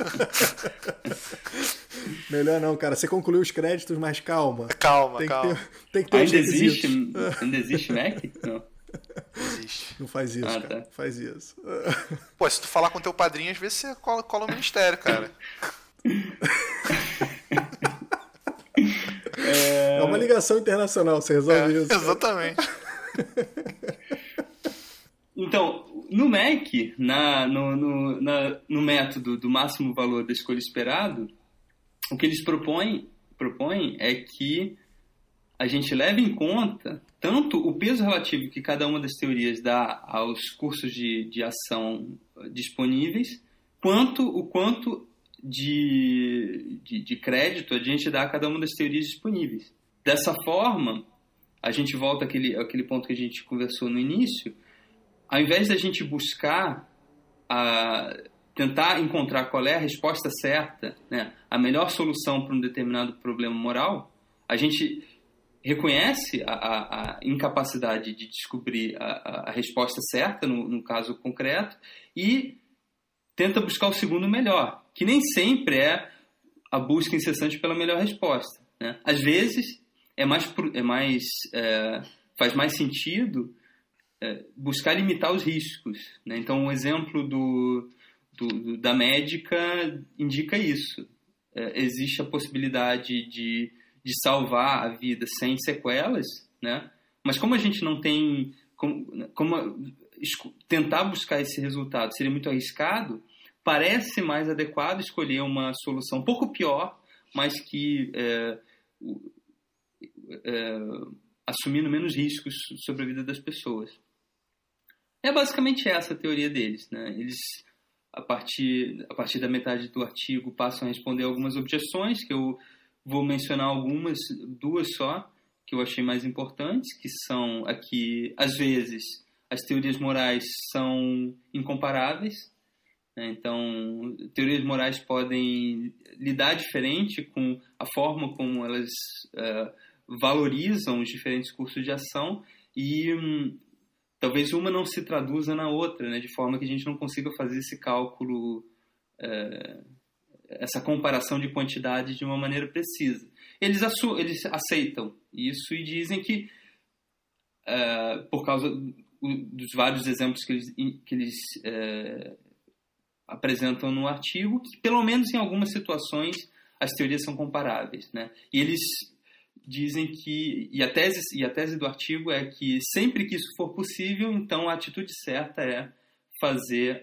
Melhor não, cara. Você concluiu os créditos, mas calma. Calma. Tem que ter ainda existe Mac? Não. Existe. Não faz isso, cara. Tá. Não faz isso. Pô, se tu falar com teu padrinho, às vezes você cola o ministério, cara. É uma ligação internacional, você resolve isso. Exatamente. Então, no MEC, no método do máximo valor da escolha esperado, o que eles propõem é que a gente leve em conta tanto o peso relativo que cada uma das teorias dá aos cursos de ação disponíveis, quanto o quanto de crédito a gente dá a cada uma das teorias disponíveis. Dessa forma, a gente volta àquele ponto que a gente conversou no início, ao invés da gente buscar tentar encontrar qual é a resposta certa, né, a melhor solução para um determinado problema moral, a gente reconhece a incapacidade de descobrir a resposta certa, no caso concreto, e tenta buscar o segundo melhor, que nem sempre é a busca incessante pela melhor resposta, né? Às vezes, faz mais sentido buscar limitar os riscos, né? Então, um exemplo da médica indica isso. Existe a possibilidade de salvar a vida sem sequelas, né? Mas como a gente não tem... tentar buscar esse resultado seria muito arriscado, parece mais adequado escolher uma solução um pouco pior, mas que assumindo menos riscos sobre a vida das pessoas. É basicamente essa a teoria deles, né? Eles, a partir da metade do artigo, passam a responder algumas objeções, que eu vou mencionar duas só, que eu achei mais importantes, que são aqui, às vezes, as teorias morais são incomparáveis, né? Então, teorias morais podem lidar diferente com a forma como elas valorizam os diferentes cursos de ação e talvez uma não se traduza na outra, né? De forma que a gente não consiga fazer esse cálculo, essa comparação de quantidade de uma maneira precisa. Eles aceitam isso e dizem que, por causa dos vários exemplos que eles apresentam no artigo, que pelo menos em algumas situações as teorias são comparáveis, né? E eles dizem que, e a tese do artigo é que sempre que isso for possível, então a atitude certa é fazer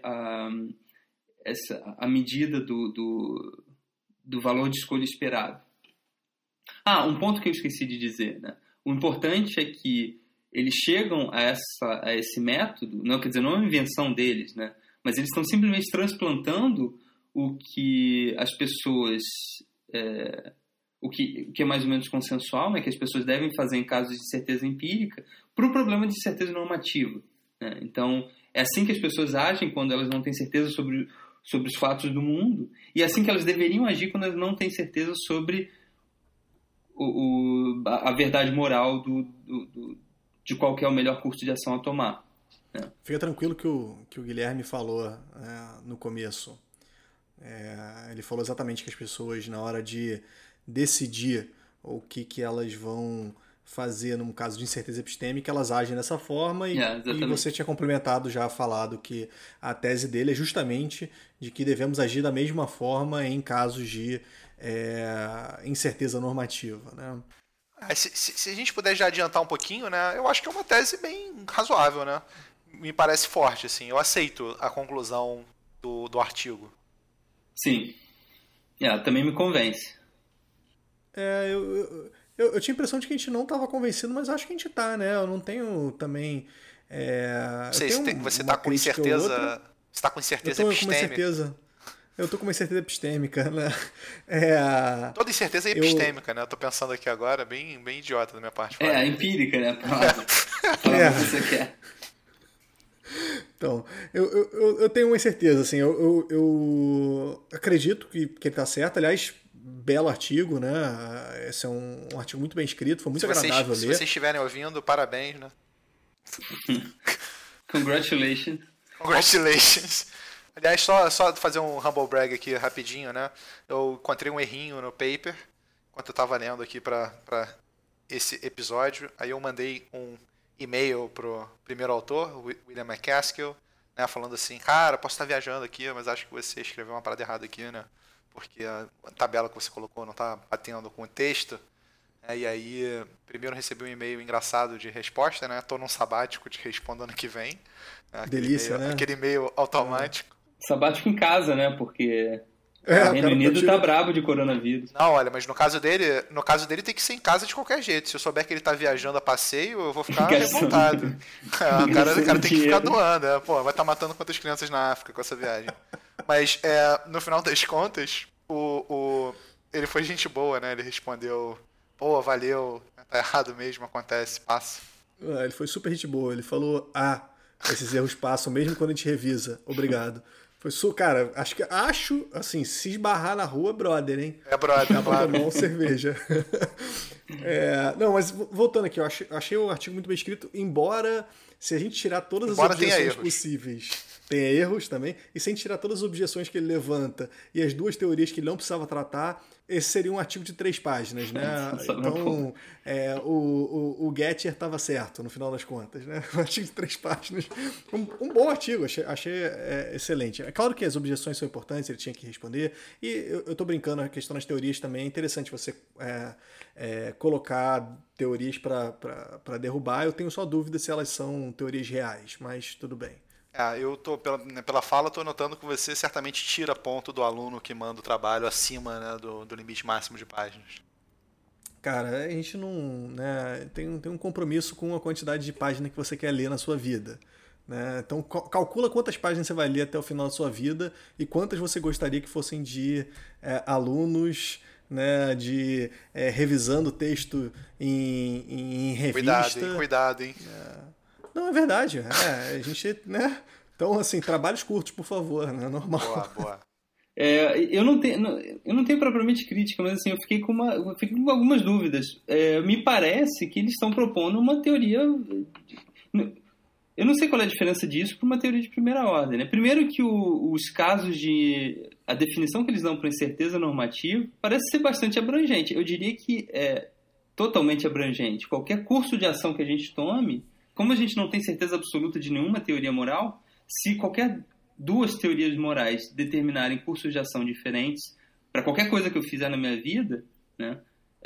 a medida do valor de escolha esperado. Um ponto que eu esqueci de dizer, né? O importante é que eles chegam a esse método, não quer dizer, não é uma invenção deles, né? Mas eles estão simplesmente transplantando o que as pessoas... o que é mais ou menos consensual, né, que as pessoas devem fazer em casos de certeza empírica, para o problema de certeza normativa, né? Então, é assim que as pessoas agem quando elas não têm certeza sobre os fatos do mundo, e é assim que elas deveriam agir quando elas não têm certeza sobre a verdade moral de qual que é o melhor curso de ação a tomar, né? Fica tranquilo que o Guilherme falou no começo. Ele falou exatamente que as pessoas, na hora de decidir o que elas vão fazer num caso de incerteza epistêmica, elas agem dessa forma e você tinha complementado, já falado que a tese dele é justamente de que devemos agir da mesma forma em casos de incerteza normativa, né? Se a gente puder já adiantar um pouquinho, né, eu acho que é uma tese bem razoável, né? Me parece forte, assim, eu aceito a conclusão do artigo. Sim, também me convence. Eu tinha a impressão de que a gente não estava convencido, mas acho que a gente está, né? Eu não tenho também... você está com incerteza... Você está com incerteza epistêmica? Eu estou com uma incerteza epistêmica, né? Toda incerteza é epistêmica, né? Eu tô pensando aqui agora, bem idiota da minha parte. Empírica, né? Fala o que você quer. Então, eu tenho uma incerteza, assim, eu acredito que ele está certo. Aliás, belo artigo, né? Esse é um artigo muito bem escrito, foi muito agradável ler. Se vocês estiverem ouvindo, parabéns, né? Congratulations. Aliás, só fazer um humble brag aqui rapidinho, né? Eu encontrei um errinho no paper enquanto eu estava lendo aqui para esse episódio. Aí eu mandei um e-mail pro primeiro autor, William McCaskill, né, falando assim, cara, posso estar viajando aqui, mas acho que você escreveu uma parada errada aqui, né? Porque a tabela que você colocou não está batendo com o texto. E aí, primeiro recebi um e-mail engraçado de resposta, né? Tô num sabático, te respondo ano que vem. Delícia, né? Aquele e-mail automático. Sabático em casa, né? Porque o Reino Unido tá brabo de coronavírus. Não, olha, mas no caso dele tem que ser em casa de qualquer jeito. Se eu souber que ele tá viajando a passeio, eu vou ficar revoltado. O cara tem que ficar doando. Pô, vai estar matando quantas crianças na África com essa viagem? Mas, no final das contas, ele foi gente boa, né? Ele respondeu, pô, valeu, tá errado mesmo, acontece, passa. Ele foi super gente boa. Ele falou, esses erros passam mesmo quando a gente revisa. Obrigado. Cara, acho, assim, se esbarrar na rua, brother, hein? É brother, dá pra claro. tomar uma cerveja. Não, mas voltando aqui, eu achei o artigo muito bem escrito, embora, se a gente tirar todas as objeções possíveis, tenha erros também, e sem tirar todas as objeções que ele levanta e as duas teorias que ele não precisava tratar, esse seria um artigo de 3 páginas, né? Então, o Gettier estava certo, no final das contas, né? Um artigo de 3 páginas. Um bom artigo, achei excelente. É claro que as objeções são importantes, ele tinha que responder, e eu estou brincando, a questão das teorias também é interessante você colocar teorias para derrubar. Eu tenho só dúvida se elas são teorias reais, mas tudo bem. Eu tô, pela fala, tô notando que você certamente tira ponto do aluno que manda o trabalho acima, né, do limite máximo de páginas. Cara, a gente não, né, tem um compromisso com a quantidade de páginas que você quer ler na sua vida. Né? Então calcula quantas páginas você vai ler até o final da sua vida e quantas você gostaria que fossem de alunos, né, de revisando o texto em revista. Cuidado, hein? Não, é verdade. A gente, né? Então, assim, trabalhos curtos, por favor, né? Normal. Boa. Eu não tenho propriamente crítica, mas assim, eu fiquei com algumas dúvidas. Me parece que eles estão propondo uma teoria. Eu não sei qual é a diferença disso para uma teoria de primeira ordem. Né? Primeiro que os casos de... A definição que eles dão para incerteza normativa parece ser bastante abrangente. Eu diria que é totalmente abrangente. Qualquer curso de ação que a gente tome, como a gente não tem certeza absoluta de nenhuma teoria moral, se qualquer 2 teorias morais determinarem cursos de ação diferentes para qualquer coisa que eu fizer na minha vida, né,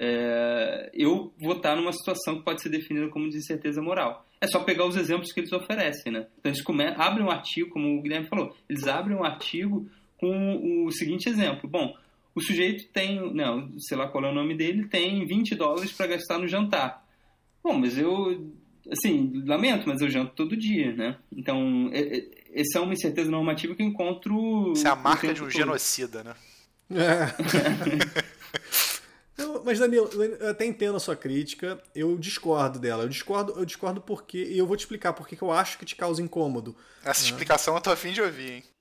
eu vou estar numa situação que pode ser definida como de incerteza moral. É só pegar os exemplos que eles oferecem. Né? Então, eles abrem um artigo, como o Guilherme falou, eles abrem um artigo com o seguinte exemplo. Bom, o sujeito tem, não, sei lá qual é o nome dele, tem $20 para gastar no jantar. Bom, mas eu... Assim, lamento, mas eu janto todo dia, né? Então, essa é uma incerteza normativa que eu encontro... Isso é a marca de um genocida, né? Não, mas, Danilo, eu até entendo a sua crítica, eu discordo dela. Eu discordo porque... E eu vou te explicar porque que eu acho que te causa incômodo. Essa explicação eu tô a fim de ouvir, hein?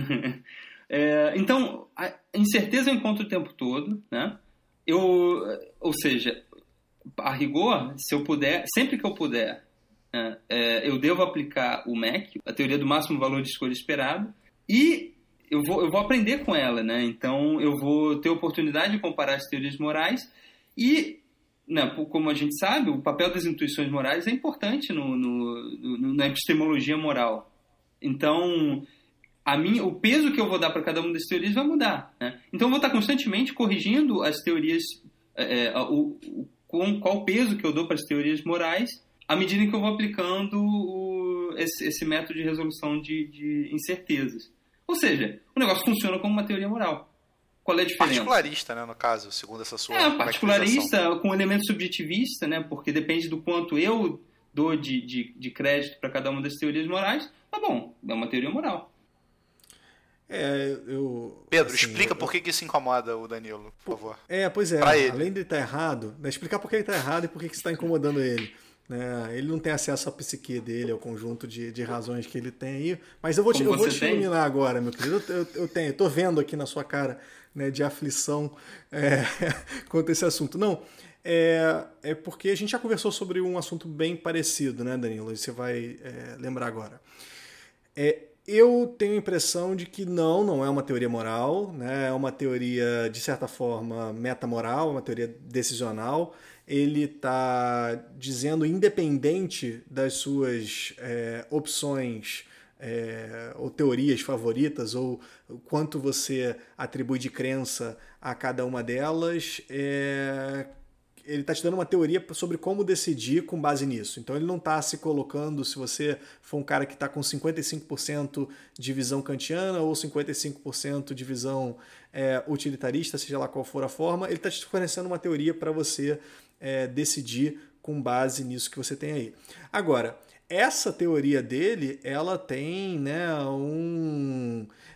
Então, a incerteza eu encontro o tempo todo, né? Ou seja... A rigor, se eu puder, sempre que eu puder, eu devo aplicar o MEC, a teoria do máximo valor de escolha esperado, e eu vou aprender com ela, né? Então eu vou ter a oportunidade de comparar as teorias morais e, né, como a gente sabe, o papel das intuições morais é importante na epistemologia moral. Então o peso que eu vou dar para cada uma das teorias vai mudar, né? Então eu vou estar constantemente corrigindo as teorias, com qual peso que eu dou para as teorias morais, à medida que eu vou aplicando esse método de resolução de incertezas. Ou seja, o negócio funciona como uma teoria moral. Qual é a diferença? Particularista, né, no caso, segundo essa sua particularista com elemento subjetivista, né, porque depende do quanto eu dou de crédito para cada uma das teorias morais, mas bom, é uma teoria moral. Pedro, explica por que isso incomoda o Danilo, por favor. Pois é, além de ele estar errado, né, explicar por que ele está errado e por que isso está incomodando ele. Né? Ele não tem acesso à psique dele, ao conjunto de razões que ele tem aí. Mas eu vou te iluminar agora, meu querido. Eu estou vendo aqui na sua cara, né, de aflição quanto a esse assunto. Não, é porque a gente já conversou sobre um assunto bem parecido, né, Danilo? Você vai lembrar agora. Eu tenho a impressão de que não é uma teoria moral, né? É uma teoria, de certa forma, metamoral, uma teoria decisional. Ele está dizendo, independente das suas opções ou teorias favoritas, ou quanto você atribui de crença a cada uma delas, ele está te dando uma teoria sobre como decidir com base nisso. Então ele não está se colocando, se você for um cara que está com 55% de visão kantiana ou 55% de visão utilitarista, seja lá qual for a forma, ele está te fornecendo uma teoria para você decidir com base nisso que você tem aí. Agora, essa teoria dele, ela tem, né,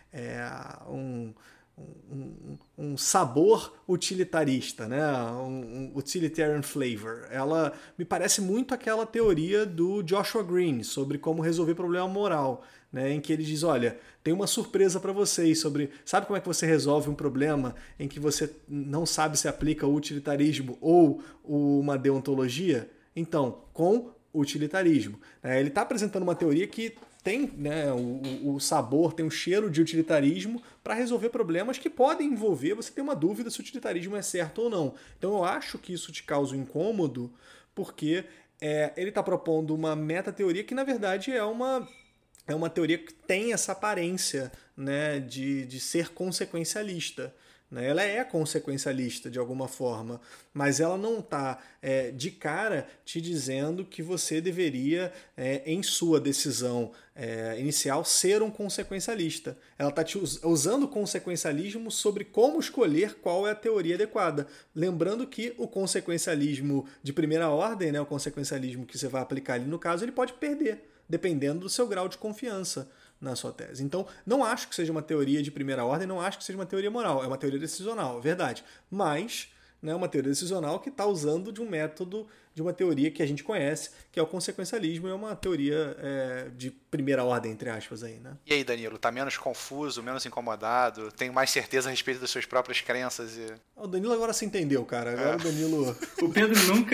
um sabor utilitarista, né? Um utilitarian flavor. Ela me parece muito aquela teoria do Joshua Green sobre como resolver problema moral, né? Em que ele diz, olha, tem uma surpresa para vocês sobre... Sabe como é que você resolve um problema em que você não sabe se aplica o utilitarismo ou uma deontologia? Então, com utilitarismo. Ele está apresentando uma teoria que tem, né, o sabor, tem o cheiro de utilitarismo para resolver problemas que podem envolver você ter uma dúvida se o utilitarismo é certo ou não. Então eu acho que isso te causa um incômodo porque ele está propondo uma meta-teoria que na verdade é uma teoria que tem essa aparência, né, de ser consequencialista. Ela é consequencialista de alguma forma, mas ela não está de cara te dizendo que você deveria, em sua decisão inicial, ser um consequencialista. Ela está usando o consequencialismo sobre como escolher qual é a teoria adequada. Lembrando que o consequencialismo de primeira ordem, né, o consequencialismo que você vai aplicar ali no caso, ele pode perder, dependendo do seu grau de confiança na sua tese. Então, não acho que seja uma teoria de primeira ordem, não acho que seja uma teoria moral, é uma teoria decisional, é verdade. Mas, né, uma teoria decisional que está usando de um método, de uma teoria que a gente conhece, que é o consequencialismo, é uma teoria de primeira ordem, entre aspas, aí, né? E aí, Danilo, tá menos confuso, menos incomodado, tem mais certeza a respeito das suas próprias crenças? O Danilo agora se entendeu, cara. Agora o Danilo... O Pedro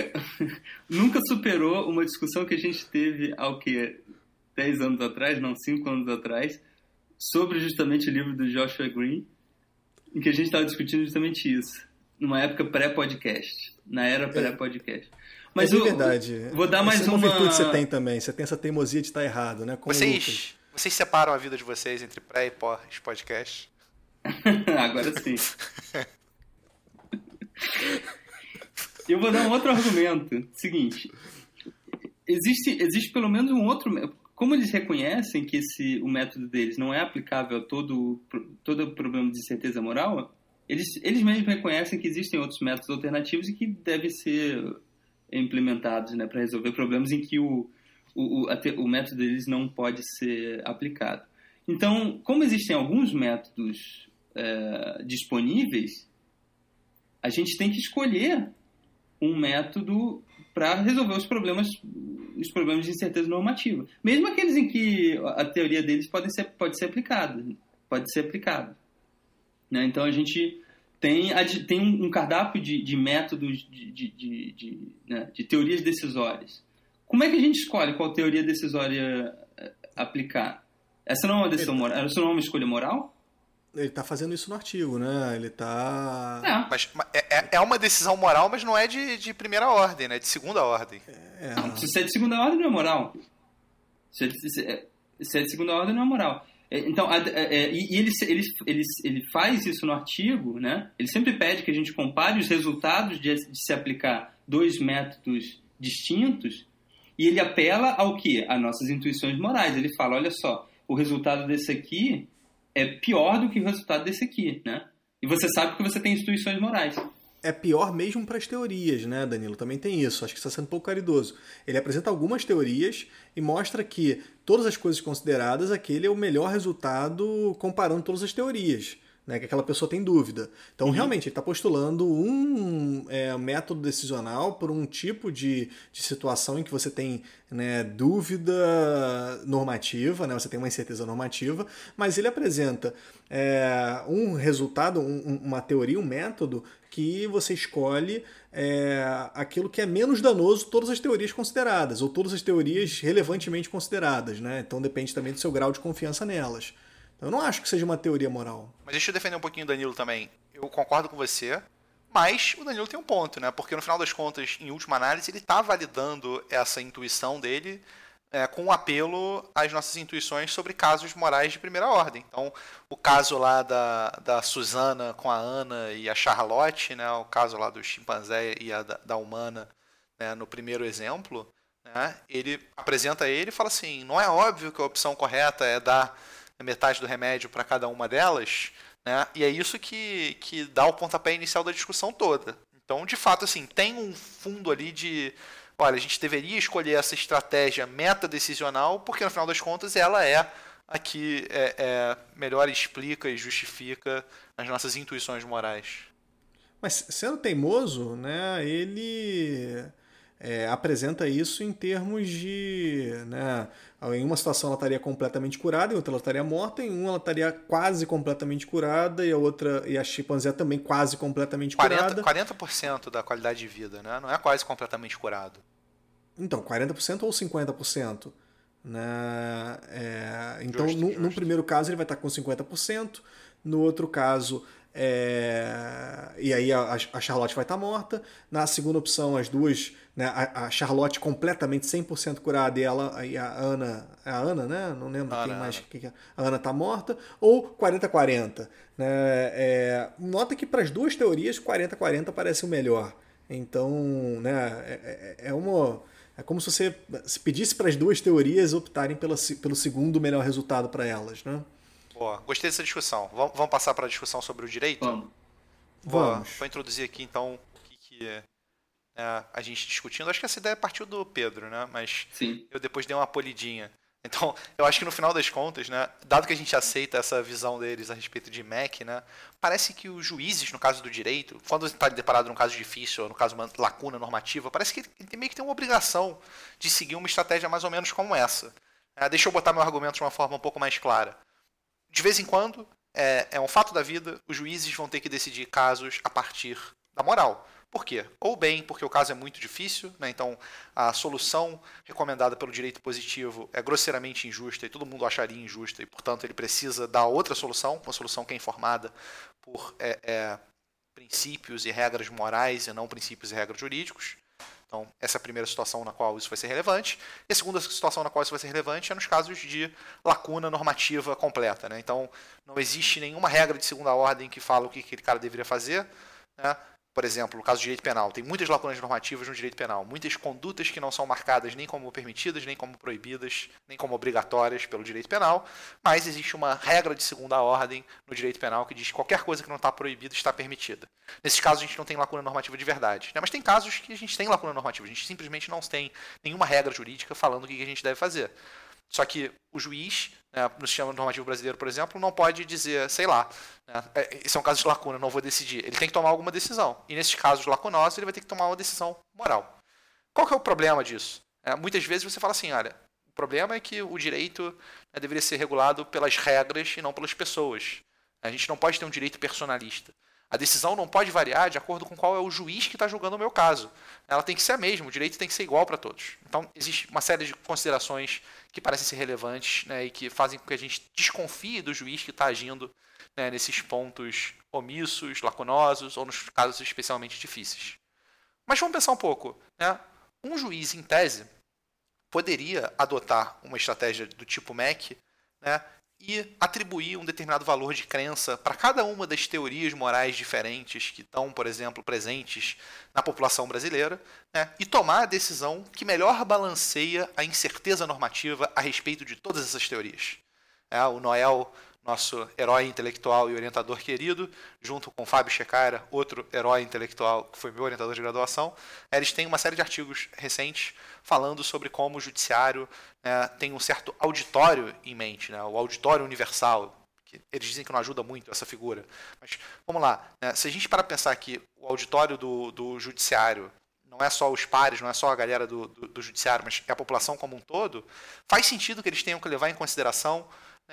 nunca superou uma discussão que a gente teve ao quê? 10 anos atrás, não, 5 anos atrás, sobre justamente o livro do Joshua Green, em que a gente estava discutindo justamente isso, numa época pré-podcast, na era pré-podcast. Mas verdade. Vou dar mais uma virtude que você tem também, você tem essa teimosia de estar errado, né? Vocês separam a vida de vocês entre pré e pós-podcast? Agora sim. Eu vou dar um outro argumento. Seguinte, existe pelo menos um outro... Como eles reconhecem que o método deles não é aplicável a todo problema de certeza moral, eles mesmos reconhecem que existem outros métodos alternativos e que devem ser implementados, né, para resolver problemas em que o método deles não pode ser aplicado. Então, como existem alguns métodos disponíveis, a gente tem que escolher um método para resolver os problemas de incerteza normativa. Mesmo aqueles em que a teoria deles pode ser aplicada. Né? Então, a gente tem um cardápio de métodos de teorias decisórias. Como é que a gente escolhe qual teoria decisória aplicar? Essa não é uma decisão moral? Essa não é uma escolha moral? Ele está fazendo isso no artigo, né? Ele está... Mas é uma decisão moral, mas não é de primeira ordem, né? De segunda ordem. Não, se é de segunda ordem, não é moral. Se é de segunda ordem, não é moral. Então, ele faz isso no artigo, né? Ele sempre pede que a gente compare os resultados de se aplicar dois métodos distintos, e ele apela ao quê? A nossas intuições morais. Ele fala, olha só, o resultado desse aqui é pior do que o resultado desse aqui, né? E você sabe que você tem intuições morais. É pior mesmo para as teorias, né, Danilo? Também tem isso. Acho que você está sendo um pouco caridoso. Ele apresenta algumas teorias e mostra que todas as coisas consideradas, aquele é o melhor resultado comparando todas as teorias, né, que aquela pessoa tem dúvida. Então, realmente, ele está postulando um método decisional por um tipo de situação em que você tem, né, dúvida normativa, né, você tem uma incerteza normativa, mas ele apresenta um resultado, uma teoria, um método que você escolhe aquilo que é menos danoso todas as teorias consideradas, ou todas as teorias relevantemente consideradas, né? Então depende também do seu grau de confiança nelas. Eu não acho que seja uma teoria moral. Mas deixa eu defender um pouquinho o Danilo também. Eu concordo com você, mas o Danilo tem um ponto, né? Porque no final das contas, em última análise, ele está validando essa intuição dele com um apelo às nossas intuições sobre casos morais de primeira ordem. Então, o caso lá da Susana com a Ana e a Charlotte, né? O caso lá do chimpanzé e da humana, né? No primeiro exemplo, né? Ele apresenta ele e fala assim, não é óbvio que a opção correta é dar metade do remédio para cada uma delas, né? E é isso que dá o pontapé inicial da discussão toda. Então, de fato, assim, tem um fundo ali de... Olha, a gente deveria escolher essa estratégia meta-decisional porque, no final das contas, ela é aqui melhor explica e justifica as nossas intuições morais. Mas sendo teimoso, né, ele apresenta isso em termos de, né, em uma situação ela estaria completamente curada, em outra ela estaria morta, em uma ela estaria quase completamente curada e a chimpanzé também quase completamente curada. 40% da qualidade de vida, né? Não é quase completamente curado. Então, 40% ou 50%? Né? Então, Justo, no justo. primeiro caso ele vai estar com 50%, no outro caso e aí a Charlotte vai estar morta. Na segunda opção, as duas, né, a Charlotte completamente 100% curada e a Ana, né? Não lembro quem mais. A Ana está morta. Ou 40-40. Né? Nota que para as duas teorias, 40-40 parece o melhor. Então, né, é como se você se pedisse para as duas teorias optarem pelo segundo melhor resultado para elas, né? Boa, gostei dessa discussão. Vamos passar para a discussão sobre o direito? Vamos. Vou introduzir aqui então o que a gente discutindo. Acho que essa ideia partiu do Pedro, né? Mas Sim. eu depois dei uma polidinha. Então, eu acho que no final das contas, né, dado que a gente aceita essa visão deles a respeito de MEC, né, parece que os juízes, no caso do direito, quando está deparado num caso difícil, ou no caso de uma lacuna normativa, parece que ele meio que tem uma obrigação de seguir uma estratégia mais ou menos como essa. Deixa eu botar meu argumento de uma forma um pouco mais clara. De vez em quando, é um fato da vida, os juízes vão ter que decidir casos a partir da moral. Por quê? Ou bem, porque o caso é muito difícil, né? Então a solução recomendada pelo direito positivo é grosseiramente injusta e todo mundo acharia injusta e, portanto, ele precisa dar outra solução, uma solução que é informada por princípios e regras morais e não princípios e regras jurídicos. Então, essa é a primeira situação na qual isso vai ser relevante. E a segunda situação na qual isso vai ser relevante é nos casos de lacuna normativa completa, né? Então, não existe nenhuma regra de segunda ordem que fala o que aquele cara deveria fazer, né? Por exemplo, no caso do direito penal, tem muitas lacunas normativas no direito penal, muitas condutas que não são marcadas nem como permitidas, nem como proibidas, nem como obrigatórias pelo direito penal, mas existe uma regra de segunda ordem no direito penal que diz que qualquer coisa que não está proibida está permitida. Nesses casos a gente não tem lacuna normativa de verdade, né? Mas tem casos que a gente tem lacuna normativa, a gente simplesmente não tem nenhuma regra jurídica falando o que a gente deve fazer. Só que o juiz, né, no sistema normativo brasileiro, por exemplo, não pode dizer, sei lá, né, esse é um caso de lacuna, não vou decidir. Ele tem que tomar alguma decisão. E nesses casos lacunosos, ele vai ter que tomar uma decisão moral. Qual que é o problema disso? Muitas vezes você fala assim, olha, o problema é que o direito deveria ser regulado pelas regras e não pelas pessoas. A gente não pode ter um direito personalista. A decisão não pode variar de acordo com qual é o juiz que está julgando o meu caso. Ela tem que ser a mesma, o direito tem que ser igual para todos. Então, existe uma série de considerações que parecem ser relevantes, né, e que fazem com que a gente desconfie do juiz que está agindo, né, nesses pontos omissos, lacunosos ou nos casos especialmente difíceis. Mas vamos pensar um pouco. Né? Um juiz, em tese, poderia adotar uma estratégia do tipo MEC, né, e atribuir um determinado valor de crença para cada uma das teorias morais diferentes que estão, por exemplo, presentes na população brasileira, né, e tomar a decisão que melhor balanceia a incerteza normativa a respeito de todas essas teorias. O Noel, nosso herói intelectual e orientador querido, junto com Fábio Checara, outro herói intelectual que foi meu orientador de graduação, eles têm uma série de artigos recentes falando sobre como o judiciário tem um certo auditório em mente, né, o auditório universal, que eles dizem que não ajuda muito essa figura. Mas vamos lá, né, se a gente para pensar que o auditório do judiciário não é só os pares, não é só a galera do judiciário, mas é a população como um todo, faz sentido que eles tenham que levar em consideração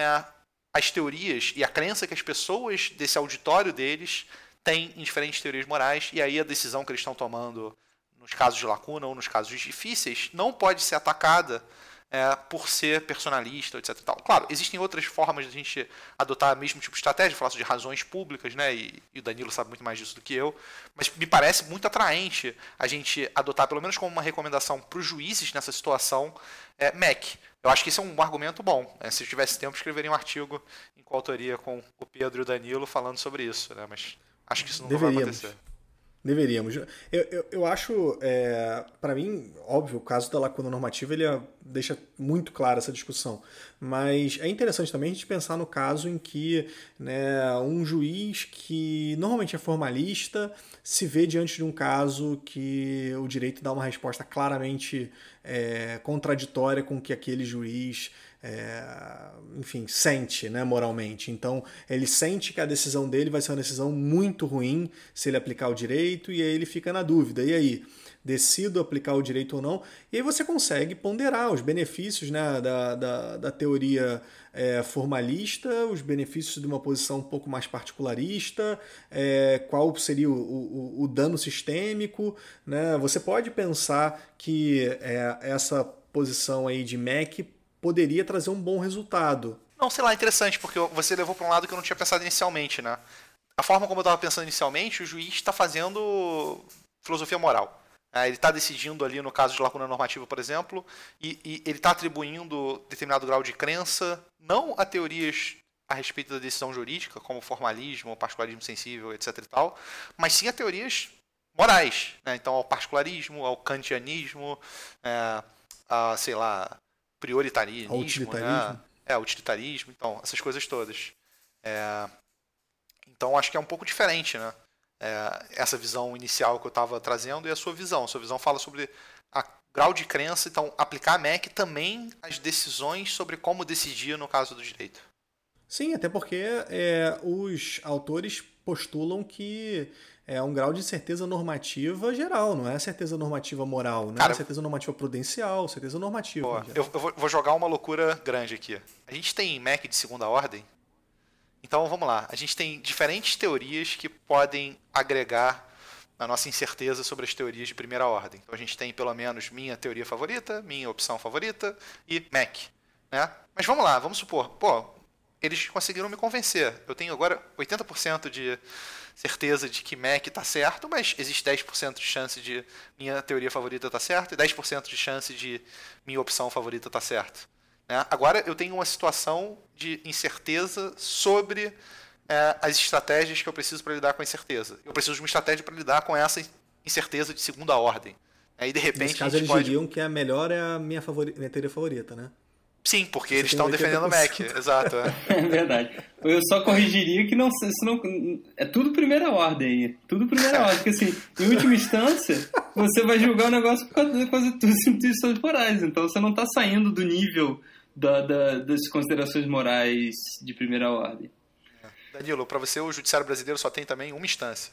as teorias e a crença que as pessoas desse auditório deles têm em diferentes teorias morais, e aí a decisão que eles estão tomando nos casos de lacuna ou nos casos difíceis não pode ser atacada por ser personalista, etc. E tal. Claro, existem outras formas de a gente adotar o mesmo tipo de estratégia, falar de razões públicas, né? E o Danilo sabe muito mais disso do que eu, mas me parece muito atraente a gente adotar, pelo menos como uma recomendação para os juízes nessa situação, MEC. Eu acho que esse é um argumento bom. Se eu tivesse tempo, eu escreveria um artigo em coautoria com o Pedro e o Danilo falando sobre isso, né? Mas acho que isso nunca vai acontecer. Deveríamos. Eu acho, para mim, óbvio, o caso da lacuna normativa ele deixa muito clara essa discussão. Mas é interessante também a gente pensar no caso em que, né, um juiz que normalmente é formalista se vê diante de um caso que o direito dá uma resposta claramente contraditória com o que aquele juiz enfim, sente, né, moralmente. Então, ele sente que a decisão dele vai ser uma decisão muito ruim se ele aplicar o direito, e aí ele fica na dúvida. E aí, decido aplicar o direito ou não? E aí você consegue ponderar os benefícios, né, da teoria formalista, os benefícios de uma posição um pouco mais particularista, qual seria o dano sistêmico, né? Você pode pensar que essa posição aí de MEC poderia trazer um bom resultado. Não, sei lá, interessante, porque você levou para um lado que eu não tinha pensado inicialmente, né? A forma como eu estava pensando inicialmente, o juiz está fazendo filosofia moral. Ele está decidindo ali no caso de lacuna normativa, por exemplo, e ele está atribuindo determinado grau de crença, não a teorias a respeito da decisão jurídica, como formalismo, particularismo sensível, etc. e tal, mas sim a teorias morais, né? Então, ao particularismo, ao kantianismo, sei lá, prioritarismo, utilitarismo. Né? Utilitarismo, então, essas coisas todas. Então, acho que é um pouco diferente, né? Essa visão inicial que eu estava trazendo e a sua visão. A sua visão fala sobre a grau de crença, então, aplicar a MEC também às decisões sobre como decidir no caso do direito. Sim, até porque os autores postulam que é um grau de certeza normativa geral, não é certeza normativa moral, não é certeza normativa prudencial, certeza normativa. Eu vou jogar uma loucura grande aqui. A gente tem MEC de segunda ordem, então vamos lá. A gente tem diferentes teorias que podem agregar na nossa incerteza sobre as teorias de primeira ordem. Então a gente tem pelo menos minha teoria favorita, minha opção favorita e MEC, né? Mas vamos lá, vamos supor, eles conseguiram me convencer. Eu tenho agora 80% de certeza de que MEC está certo, mas existe 10% de chance de minha teoria favorita estar certa e 10% de chance de minha opção favorita estar certa. Né? Agora eu tenho uma situação de incerteza sobre as estratégias que eu preciso para lidar com a incerteza. Eu preciso de uma estratégia para lidar com essa incerteza de segunda ordem. Aí, de repente, nesse caso, eles diriam que a melhor é a minha teoria favorita, né? Sim, porque eles estão defendendo o MEC, exato. É verdade. Eu só corrigiria que isso não é tudo primeira ordem aí. Tudo primeira ordem, porque assim, em última instância, você vai julgar o negócio por causa das intuições morais. Então você não está saindo do nível das considerações morais de primeira ordem. Danilo, para você o judiciário brasileiro só tem também uma instância.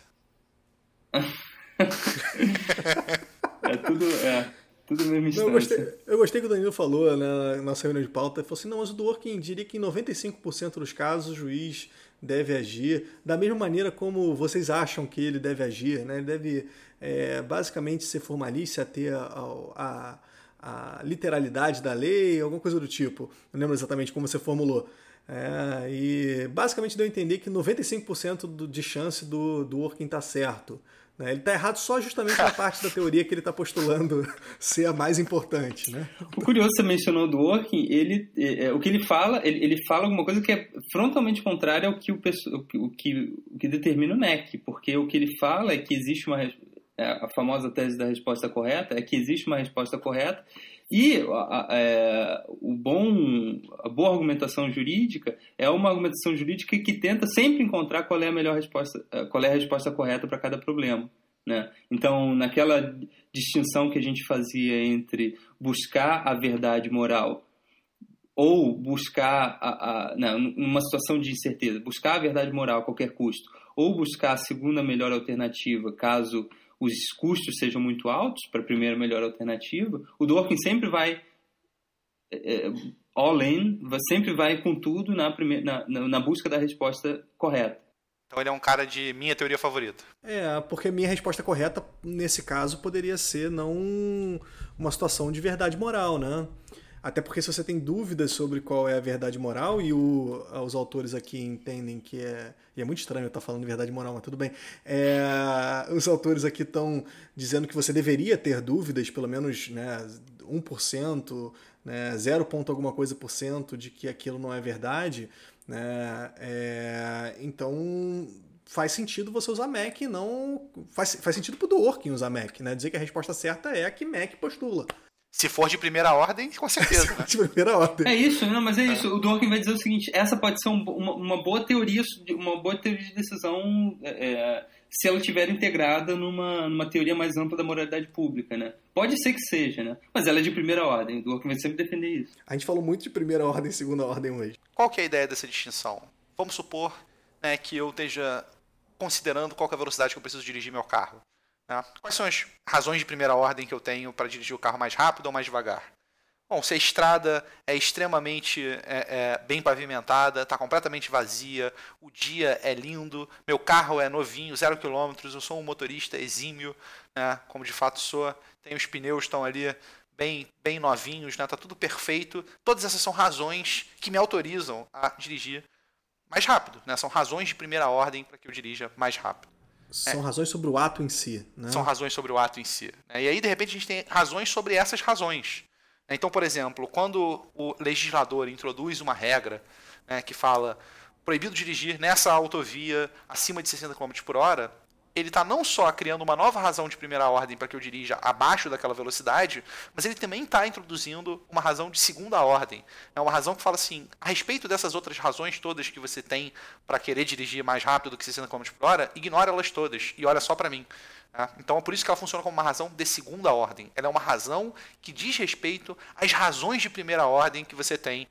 Tudo mesmo instância. Eu gostei que o Danilo falou, né, na nossa reunião de pauta. Ele falou assim, não, mas o Dworkin diria que em 95% dos casos o juiz deve agir da mesma maneira como vocês acham que ele deve agir. Né? Ele deve basicamente ser formalista, ter a literalidade da lei, alguma coisa do tipo. Não lembro exatamente como você formulou. E basicamente deu a entender que 95% de chance do Dworkin estar certo. Ele está errado só justamente na parte da teoria que ele está postulando ser a mais importante. Né? O curioso, você mencionou o Dworkin, o que ele fala alguma coisa que é frontalmente contrária ao que o que determina o MEC, porque o que ele fala é que existe a famosa tese da resposta correta, é que existe uma resposta correta e a boa argumentação jurídica é uma argumentação jurídica que tenta sempre encontrar qual é a melhor resposta, qual é a resposta correta para cada problema. Né? Então, naquela distinção que a gente fazia entre buscar a verdade moral ou buscar, numa situação de incerteza, buscar a verdade moral a qualquer custo, ou buscar a segunda melhor alternativa caso os custos sejam muito altos para a primeira melhor alternativa, o Dworkin sempre vai all in, sempre vai com tudo na busca da resposta correta. Então ele é um cara de minha teoria favorita. Porque minha resposta correta, nesse caso, poderia ser não uma situação de verdade moral, né? Até porque se você tem dúvidas sobre qual é a verdade moral, e os autores aqui entendem que e é muito estranho eu estar falando de verdade moral, mas tudo bem. Os autores aqui estão dizendo que você deveria ter dúvidas, pelo menos 1%, né, 0, alguma coisa por cento de que aquilo não é verdade. Né? Então faz sentido você usar MEC, não faz sentido para o Dworkin usar MEC, né? Dizer que a resposta certa é a que MEC postula. Se for de primeira ordem, com certeza, né? De primeira ordem. É isso, não, mas é isso. O Dworkin vai dizer o seguinte: essa pode ser uma boa teoria de decisão se ela estiver integrada numa teoria mais ampla da moralidade pública, né? Pode ser que seja, né? Mas ela é de primeira ordem. O Dworkin vai sempre defender isso. A gente falou muito de primeira ordem e segunda ordem hoje. Qual que é a ideia dessa distinção? Vamos supor, né, que eu esteja considerando qual que é a velocidade que eu preciso dirigir meu carro. Né? Quais são as razões de primeira ordem que eu tenho para dirigir o carro mais rápido ou mais devagar? Bom, se a estrada é extremamente bem pavimentada, está completamente vazia, o dia é lindo, meu carro é novinho, 0 km, eu sou um motorista exímio, né, como de fato sou, os pneus estão ali bem novinhos, né, tá tudo perfeito. Todas essas são razões que me autorizam a dirigir mais rápido, né? São razões de primeira ordem para que eu dirija mais rápido. São razões sobre o ato em si, né? São razões sobre o ato em si. Né? E aí, de repente, a gente tem razões sobre essas razões. Então, por exemplo, quando o legislador introduz uma regra, né, que fala proibido dirigir nessa autovia acima de 60 km por hora, ele está não só criando uma nova razão de primeira ordem para que eu dirija abaixo daquela velocidade, mas ele também está introduzindo uma razão de segunda ordem. É uma razão que fala assim, a respeito dessas outras razões todas que você tem para querer dirigir mais rápido do que 60 km por hora, ignora elas todas e olha só para mim. Então é por isso que ela funciona como uma razão de segunda ordem. Ela é uma razão que diz respeito às razões de primeira ordem que você tem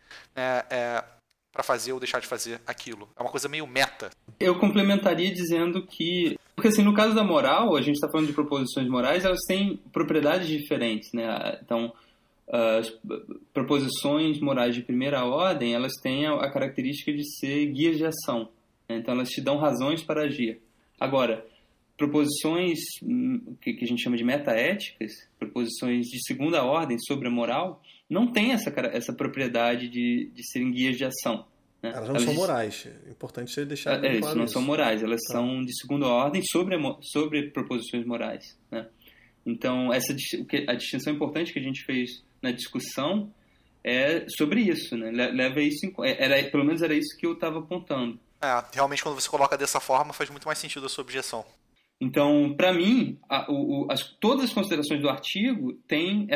para fazer ou deixar de fazer aquilo. É uma coisa meio meta. Eu complementaria dizendo que... Porque assim, no caso da moral, a gente está falando de proposições morais, elas têm propriedades diferentes, né? Então, as proposições morais de primeira ordem, elas têm a característica de ser guias de ação. Né? Então, elas te dão razões para agir. Agora, proposições que a gente chama de metaéticas, proposições de segunda ordem sobre a moral, não têm essa propriedade de serem guias de ação. Né? Elas não são morais. É importante você deixar claro isso. Não são morais. Elas são de segunda ordem sobre proposições morais. Né? Então, a distinção importante que a gente fez na discussão é sobre isso. Né? Leva isso pelo menos era isso que eu estava apontando. Realmente, quando você coloca dessa forma, faz muito mais sentido a sua objeção. Então, para mim, todas as considerações do artigo têm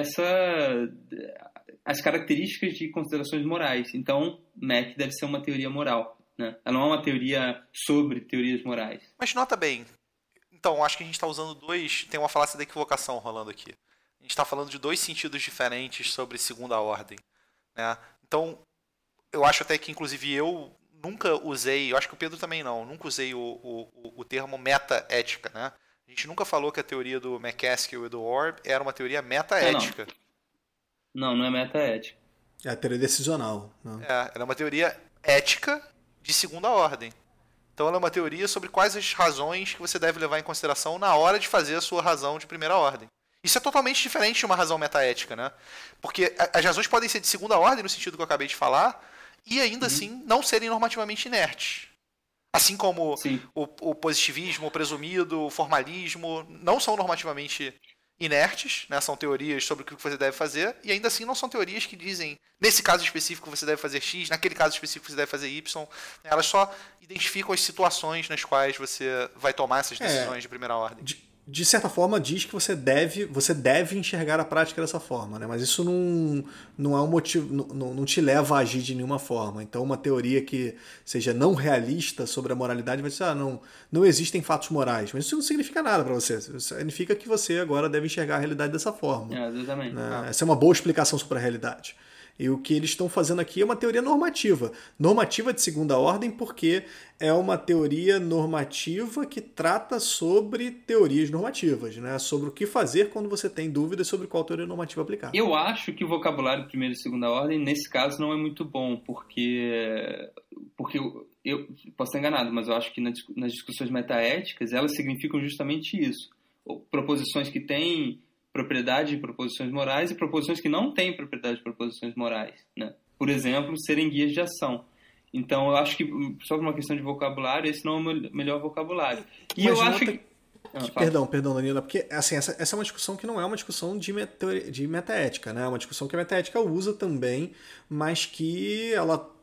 as características de considerações morais. Então, Mac deve ser uma teoria moral. Né? Ela não é uma teoria sobre teorias morais. Mas nota bem, então, acho que a gente está usando tem uma falácia da equivocação rolando aqui. A gente está falando de dois sentidos diferentes sobre segunda ordem. Né? Então, eu acho até que, inclusive, eu nunca usei, eu acho que o Pedro também não, nunca usei o termo meta-ética. Né? A gente nunca falou que a teoria do McCaskill e do Orb era uma teoria meta-ética. Não é meta-ética. É a teoria decisional. Não. Ela é uma teoria ética de segunda ordem. Então ela é uma teoria sobre quais as razões que você deve levar em consideração na hora de fazer a sua razão de primeira ordem. Isso é totalmente diferente de uma razão metaética, né? Porque as razões podem ser de segunda ordem, no sentido que eu acabei de falar, e ainda assim não serem normativamente inertes. Assim como o positivismo, o presumido, o formalismo não são normativamente inertes, né? São teorias sobre o que você deve fazer, e ainda assim não são teorias que dizem, nesse caso específico você deve fazer X, naquele caso específico você deve fazer Y. Elas só identificam as situações nas quais você vai tomar essas decisões de primeira ordem. De certa forma, diz que você deve enxergar a prática dessa forma, né? Mas isso não é um motivo, não te leva a agir de nenhuma forma. Então, uma teoria que seja não realista sobre a moralidade vai dizer, não existem fatos morais. Mas isso não significa nada para você. Isso significa que você agora deve enxergar a realidade dessa forma. Exatamente. Né? Essa é uma boa explicação sobre a realidade. E o que eles estão fazendo aqui é uma teoria normativa. Normativa de segunda ordem porque é uma teoria normativa que trata sobre teorias normativas, né? Sobre o que fazer quando você tem dúvidas sobre qual teoria normativa aplicar. Eu acho que o vocabulário de primeira e segunda ordem, nesse caso, não é muito bom, porque eu posso estar enganado, mas eu acho que nas discussões metaéticas, elas significam justamente isso. Proposições que têm propriedade de proposições morais e proposições que não têm propriedade de proposições morais, né? Por exemplo, serem guias de ação. Então, eu acho que, só por uma questão de vocabulário, esse não é o melhor vocabulário. E mas eu acho que... Perdão, Danila, porque assim, essa é uma discussão que não é uma discussão de metaética, né? É uma discussão que a metaética usa também, mas que ela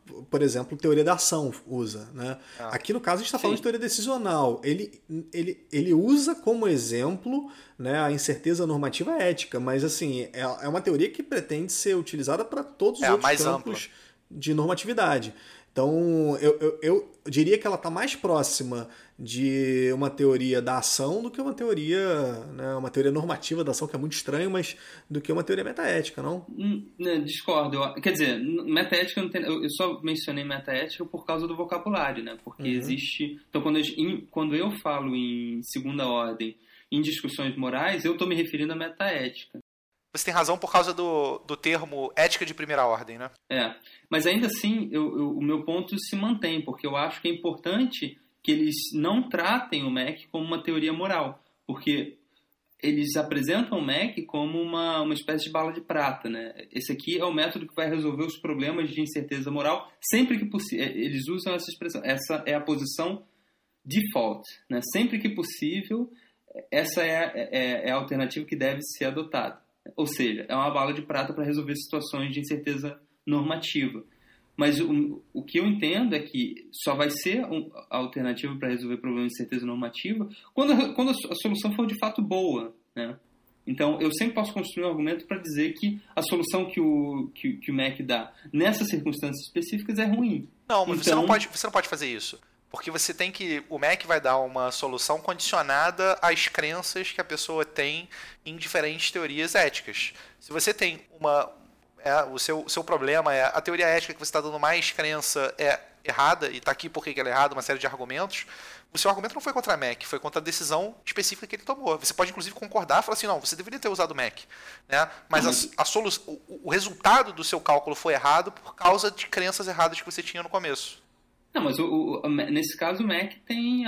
por exemplo, teoria da ação usa, né? Aqui no caso a gente está falando de teoria decisional. Ele usa como exemplo, né, a incerteza normativa ética, mas assim, é uma teoria que pretende ser utilizada para todos os outros campos de normatividade. Então, eu diria que ela está mais próxima de uma teoria da ação do que uma teoria, né, uma teoria normativa da ação, que é muito estranho, mas do que uma teoria metaética, não? Discordo. Quer dizer, metaética, eu só mencionei metaética por causa do vocabulário, né? Porque existe... Então, quando eu falo em segunda ordem, em discussões morais, eu estou me referindo à metaética. Você tem razão por causa do termo ética de primeira ordem, né? Mas ainda assim, o meu ponto se mantém, porque eu acho que é importante que eles não tratem o MEC como uma teoria moral, porque eles apresentam o MEC como uma espécie de bala de prata, né? Esse aqui é o método que vai resolver os problemas de incerteza moral sempre que possível. Eles usam essa expressão, essa é a posição default, né? Sempre que possível, essa é a alternativa que deve ser adotada. Ou seja, é uma bala de prata para resolver situações de incerteza normativa. Mas o que eu entendo é que só vai ser a alternativa para resolver problemas de incerteza normativa quando a solução for de fato boa, né? Então, eu sempre posso construir um argumento para dizer que a solução que o MEC dá nessas circunstâncias específicas é ruim. Não, mas então, você não pode fazer isso. Porque você tem que... O MEC vai dar uma solução condicionada às crenças que a pessoa tem em diferentes teorias éticas. Se você tem o seu problema é a teoria ética que você está dando mais crença é errada, e está aqui porque ela é errada, uma série de argumentos, o seu argumento não foi contra a MEC, foi contra a decisão específica que ele tomou. Você pode, inclusive, concordar e falar assim, não, você deveria ter usado o MEC. Né? Mas o resultado do seu cálculo foi errado por causa de crenças erradas que você tinha no começo. Não, mas nesse caso o MEC tem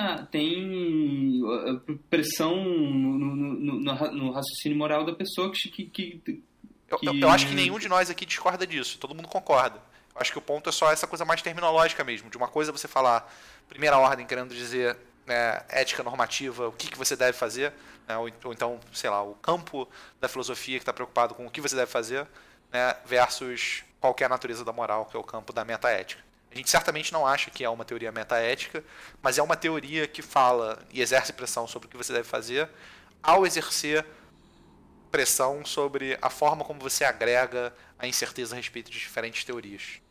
pressão no raciocínio moral da pessoa Eu acho que nenhum de nós aqui discorda disso, todo mundo concorda. Eu acho que o ponto é só essa coisa mais terminológica mesmo, de uma coisa você falar primeira ordem querendo dizer ética normativa, o que você deve fazer, né, ou então, sei lá, o campo da filosofia que está preocupado com o que você deve fazer, né, versus qualquer natureza da moral, que é o campo da metaética. A gente certamente não acha que é uma teoria metaética, mas é uma teoria que fala e exerce pressão sobre o que você deve fazer ao exercer pressão sobre a forma como você agrega a incerteza a respeito de diferentes teorias.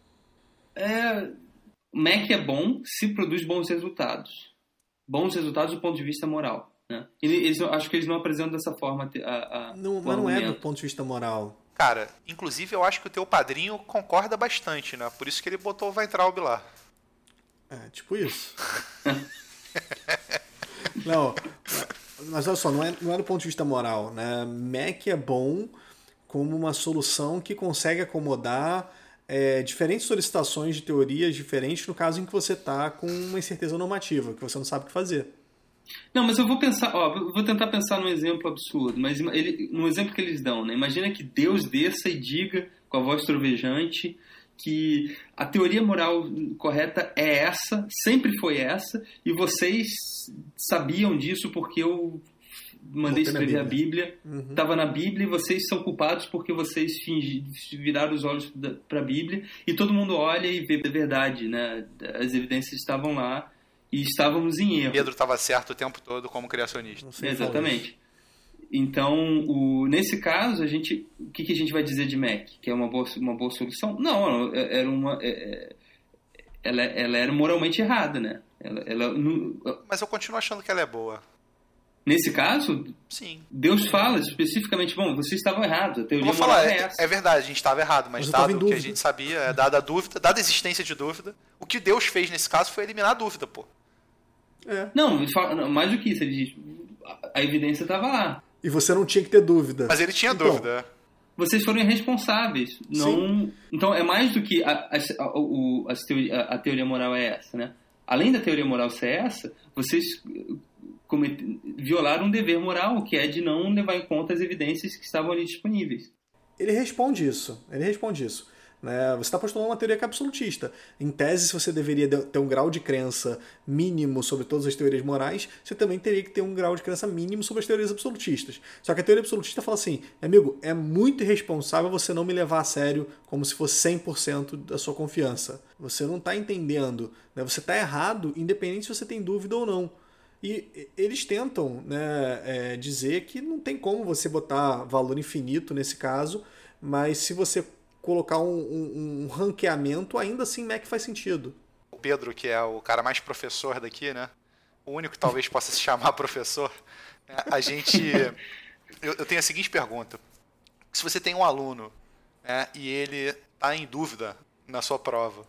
O MEC é bom se produz bons resultados. Bons resultados do ponto de vista moral. Né? Acho que eles não apresentam dessa forma mas não é do ponto de vista moral. Cara, inclusive eu acho que o teu padrinho concorda bastante, né? Por isso que ele botou o Weintraub lá. Tipo isso. Não, mas olha só, não é do ponto de vista moral, né? MEC é bom como uma solução que consegue acomodar diferentes solicitações de teorias diferentes no caso em que você está com uma incerteza normativa, que você não sabe o que fazer. Não, mas eu vou tentar pensar num exemplo absurdo, mas num exemplo que eles dão, né? Imagina que Deus desça e diga com a voz trovejante que a teoria moral correta é essa, sempre foi essa, e vocês sabiam disso porque eu mandei escrever a Bíblia, estava na Bíblia e vocês são culpados porque vocês viraram os olhos para a Bíblia e todo mundo olha e vê a verdade, né? As evidências estavam lá e estávamos em erro. Pedro estava certo o tempo todo como criacionista. Exatamente. Então, nesse caso, o que a gente vai dizer de MEC? Que é uma boa solução? Não, ela era moralmente errada, né? Mas eu continuo achando que ela é boa. Nesse caso, sim. Deus fala especificamente, vocês estavam errados, a teoria moral é essa. É verdade, a gente estava errado, mas dado o que a gente sabia, dada a dúvida, dada a existência de dúvida, o que Deus fez nesse caso foi eliminar a dúvida, pô. Não, mais do que isso, ele diz, a evidência estava lá. E você não tinha que ter dúvida. Mas ele tinha dúvida. Vocês foram irresponsáveis. Não... Então, é mais do que a teoria moral é essa, né? Além da teoria moral ser essa, vocês violaram um dever moral, que é de não levar em conta as evidências que estavam ali disponíveis. Ele responde isso. né? Você está postulando uma teoria que é absolutista. Em tese, se você deveria ter um grau de crença mínimo sobre todas as teorias morais, você também teria que ter um grau de crença mínimo sobre as teorias absolutistas. Só que a teoria absolutista fala assim, amigo, é muito irresponsável você não me levar a sério como se fosse 100% da sua confiança. Você não está entendendo, né? Você está errado, independente se você tem dúvida ou não. E eles tentam, né, dizer que não tem como você botar valor infinito nesse caso, mas se você colocar um ranqueamento, ainda assim Mac faz sentido. O Pedro, que é o cara mais professor daqui, né? O único que talvez possa se chamar professor. A gente... Eu tenho a seguinte pergunta. Se você tem um aluno, né, e ele está em dúvida na sua prova,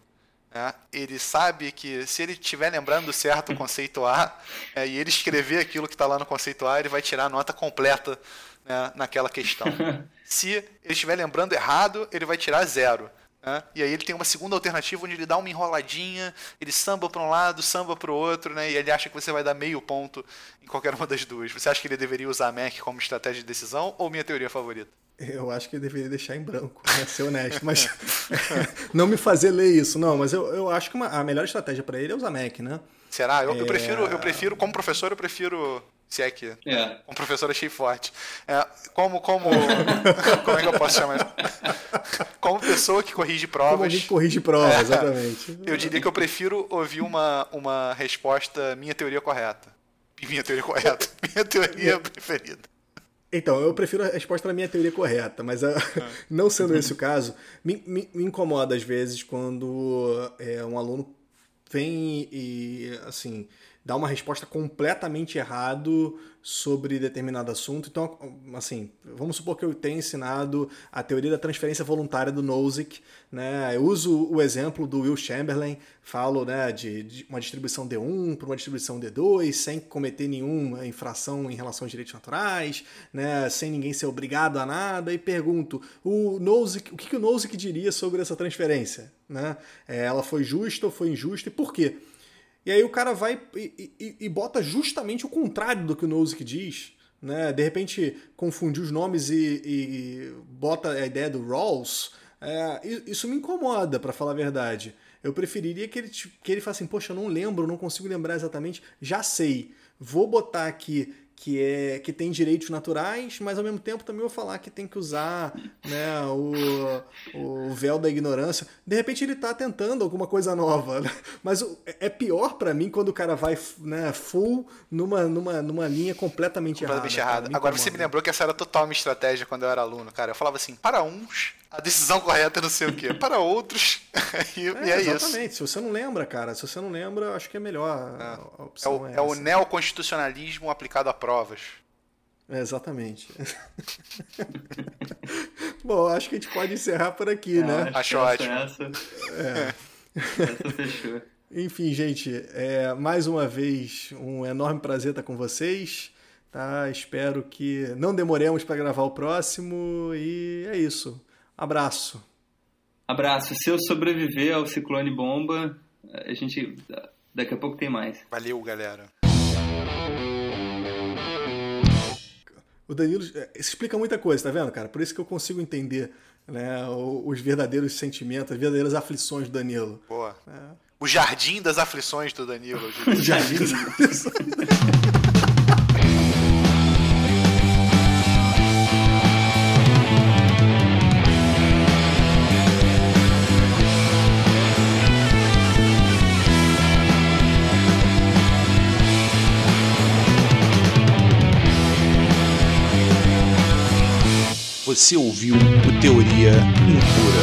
ele sabe que se ele estiver lembrando certo o conceito A, e ele escrever aquilo que está lá no conceito A, ele vai tirar a nota completa, né, naquela questão. Se ele estiver lembrando errado, ele vai tirar 0. Né? E aí ele tem uma segunda alternativa onde ele dá uma enroladinha, ele samba para um lado, samba para o outro, né, e ele acha que você vai dar meio ponto em qualquer uma das duas. Você acha que ele deveria usar a Mac como estratégia de decisão ou minha teoria favorita? Eu acho que eu deveria deixar em branco, pra ser honesto, mas não me fazer ler isso, não, mas eu acho que a melhor estratégia para ele é usar Mac, né? Será? Eu prefiro, como professor, eu prefiro, se é que, como professor achei forte, como é que eu posso chamar? Como pessoa que corrige provas. Como alguém que corrige provas, exatamente. Eu diria que eu prefiro ouvir uma resposta, minha teoria correta. Minha teoria preferida. Então, eu prefiro a resposta na minha teoria correta, mas não sendo esse o caso, me incomoda às vezes quando um aluno vem e, assim, dá uma resposta completamente errada sobre determinado assunto. Então, assim, vamos supor que eu tenha ensinado a teoria da transferência voluntária do Nozick, né? Eu uso o exemplo do Will Chamberlain, falo, né, de uma distribuição D1 para uma distribuição D2, sem cometer nenhuma infração em relação aos direitos naturais, né, sem ninguém ser obrigado a nada, e pergunto, o que o Nozick diria sobre essa transferência? Né? Ela foi justa ou foi injusta e por quê? E aí o cara vai e bota justamente o contrário do que o Nozick diz, né? De repente confundir os nomes e bota a ideia do Rawls. Isso me incomoda, para falar a verdade. Eu preferiria que ele falasse assim, poxa, eu não lembro, não consigo lembrar exatamente, já sei, vou botar aqui que tem direitos naturais, mas ao mesmo tempo também vou falar que tem que usar, né, o véu da ignorância. De repente ele está tentando alguma coisa nova, né? Mas é pior para mim quando o cara vai, né, full numa linha completamente errada. Agora você me lembrou que essa era total minha estratégia quando eu era aluno, cara. Eu falava assim, para uns, a decisão correta é não sei o quê. Para outros, e é isso. Exatamente. Se você não lembra, cara, eu acho que é melhor a opção. É o neoconstitucionalismo aplicado a provas. Exatamente. Bom, acho que a gente pode encerrar por aqui, né? Acho ótimo. Essa fechou. Enfim, gente, mais uma vez, um enorme prazer estar com vocês. Tá? Espero que não demoremos para gravar o próximo. E é isso. Abraço. Abraço. Se eu sobreviver ao ciclone bomba, daqui a pouco tem mais. Valeu, galera. O Danilo explica muita coisa, tá vendo, cara? Por isso que eu consigo entender, né, os verdadeiros sentimentos, as verdadeiras aflições do Danilo. Boa. O jardim das aflições do Danilo. O jardim das aflições do Danilo. Você ouviu o Teoria Impura.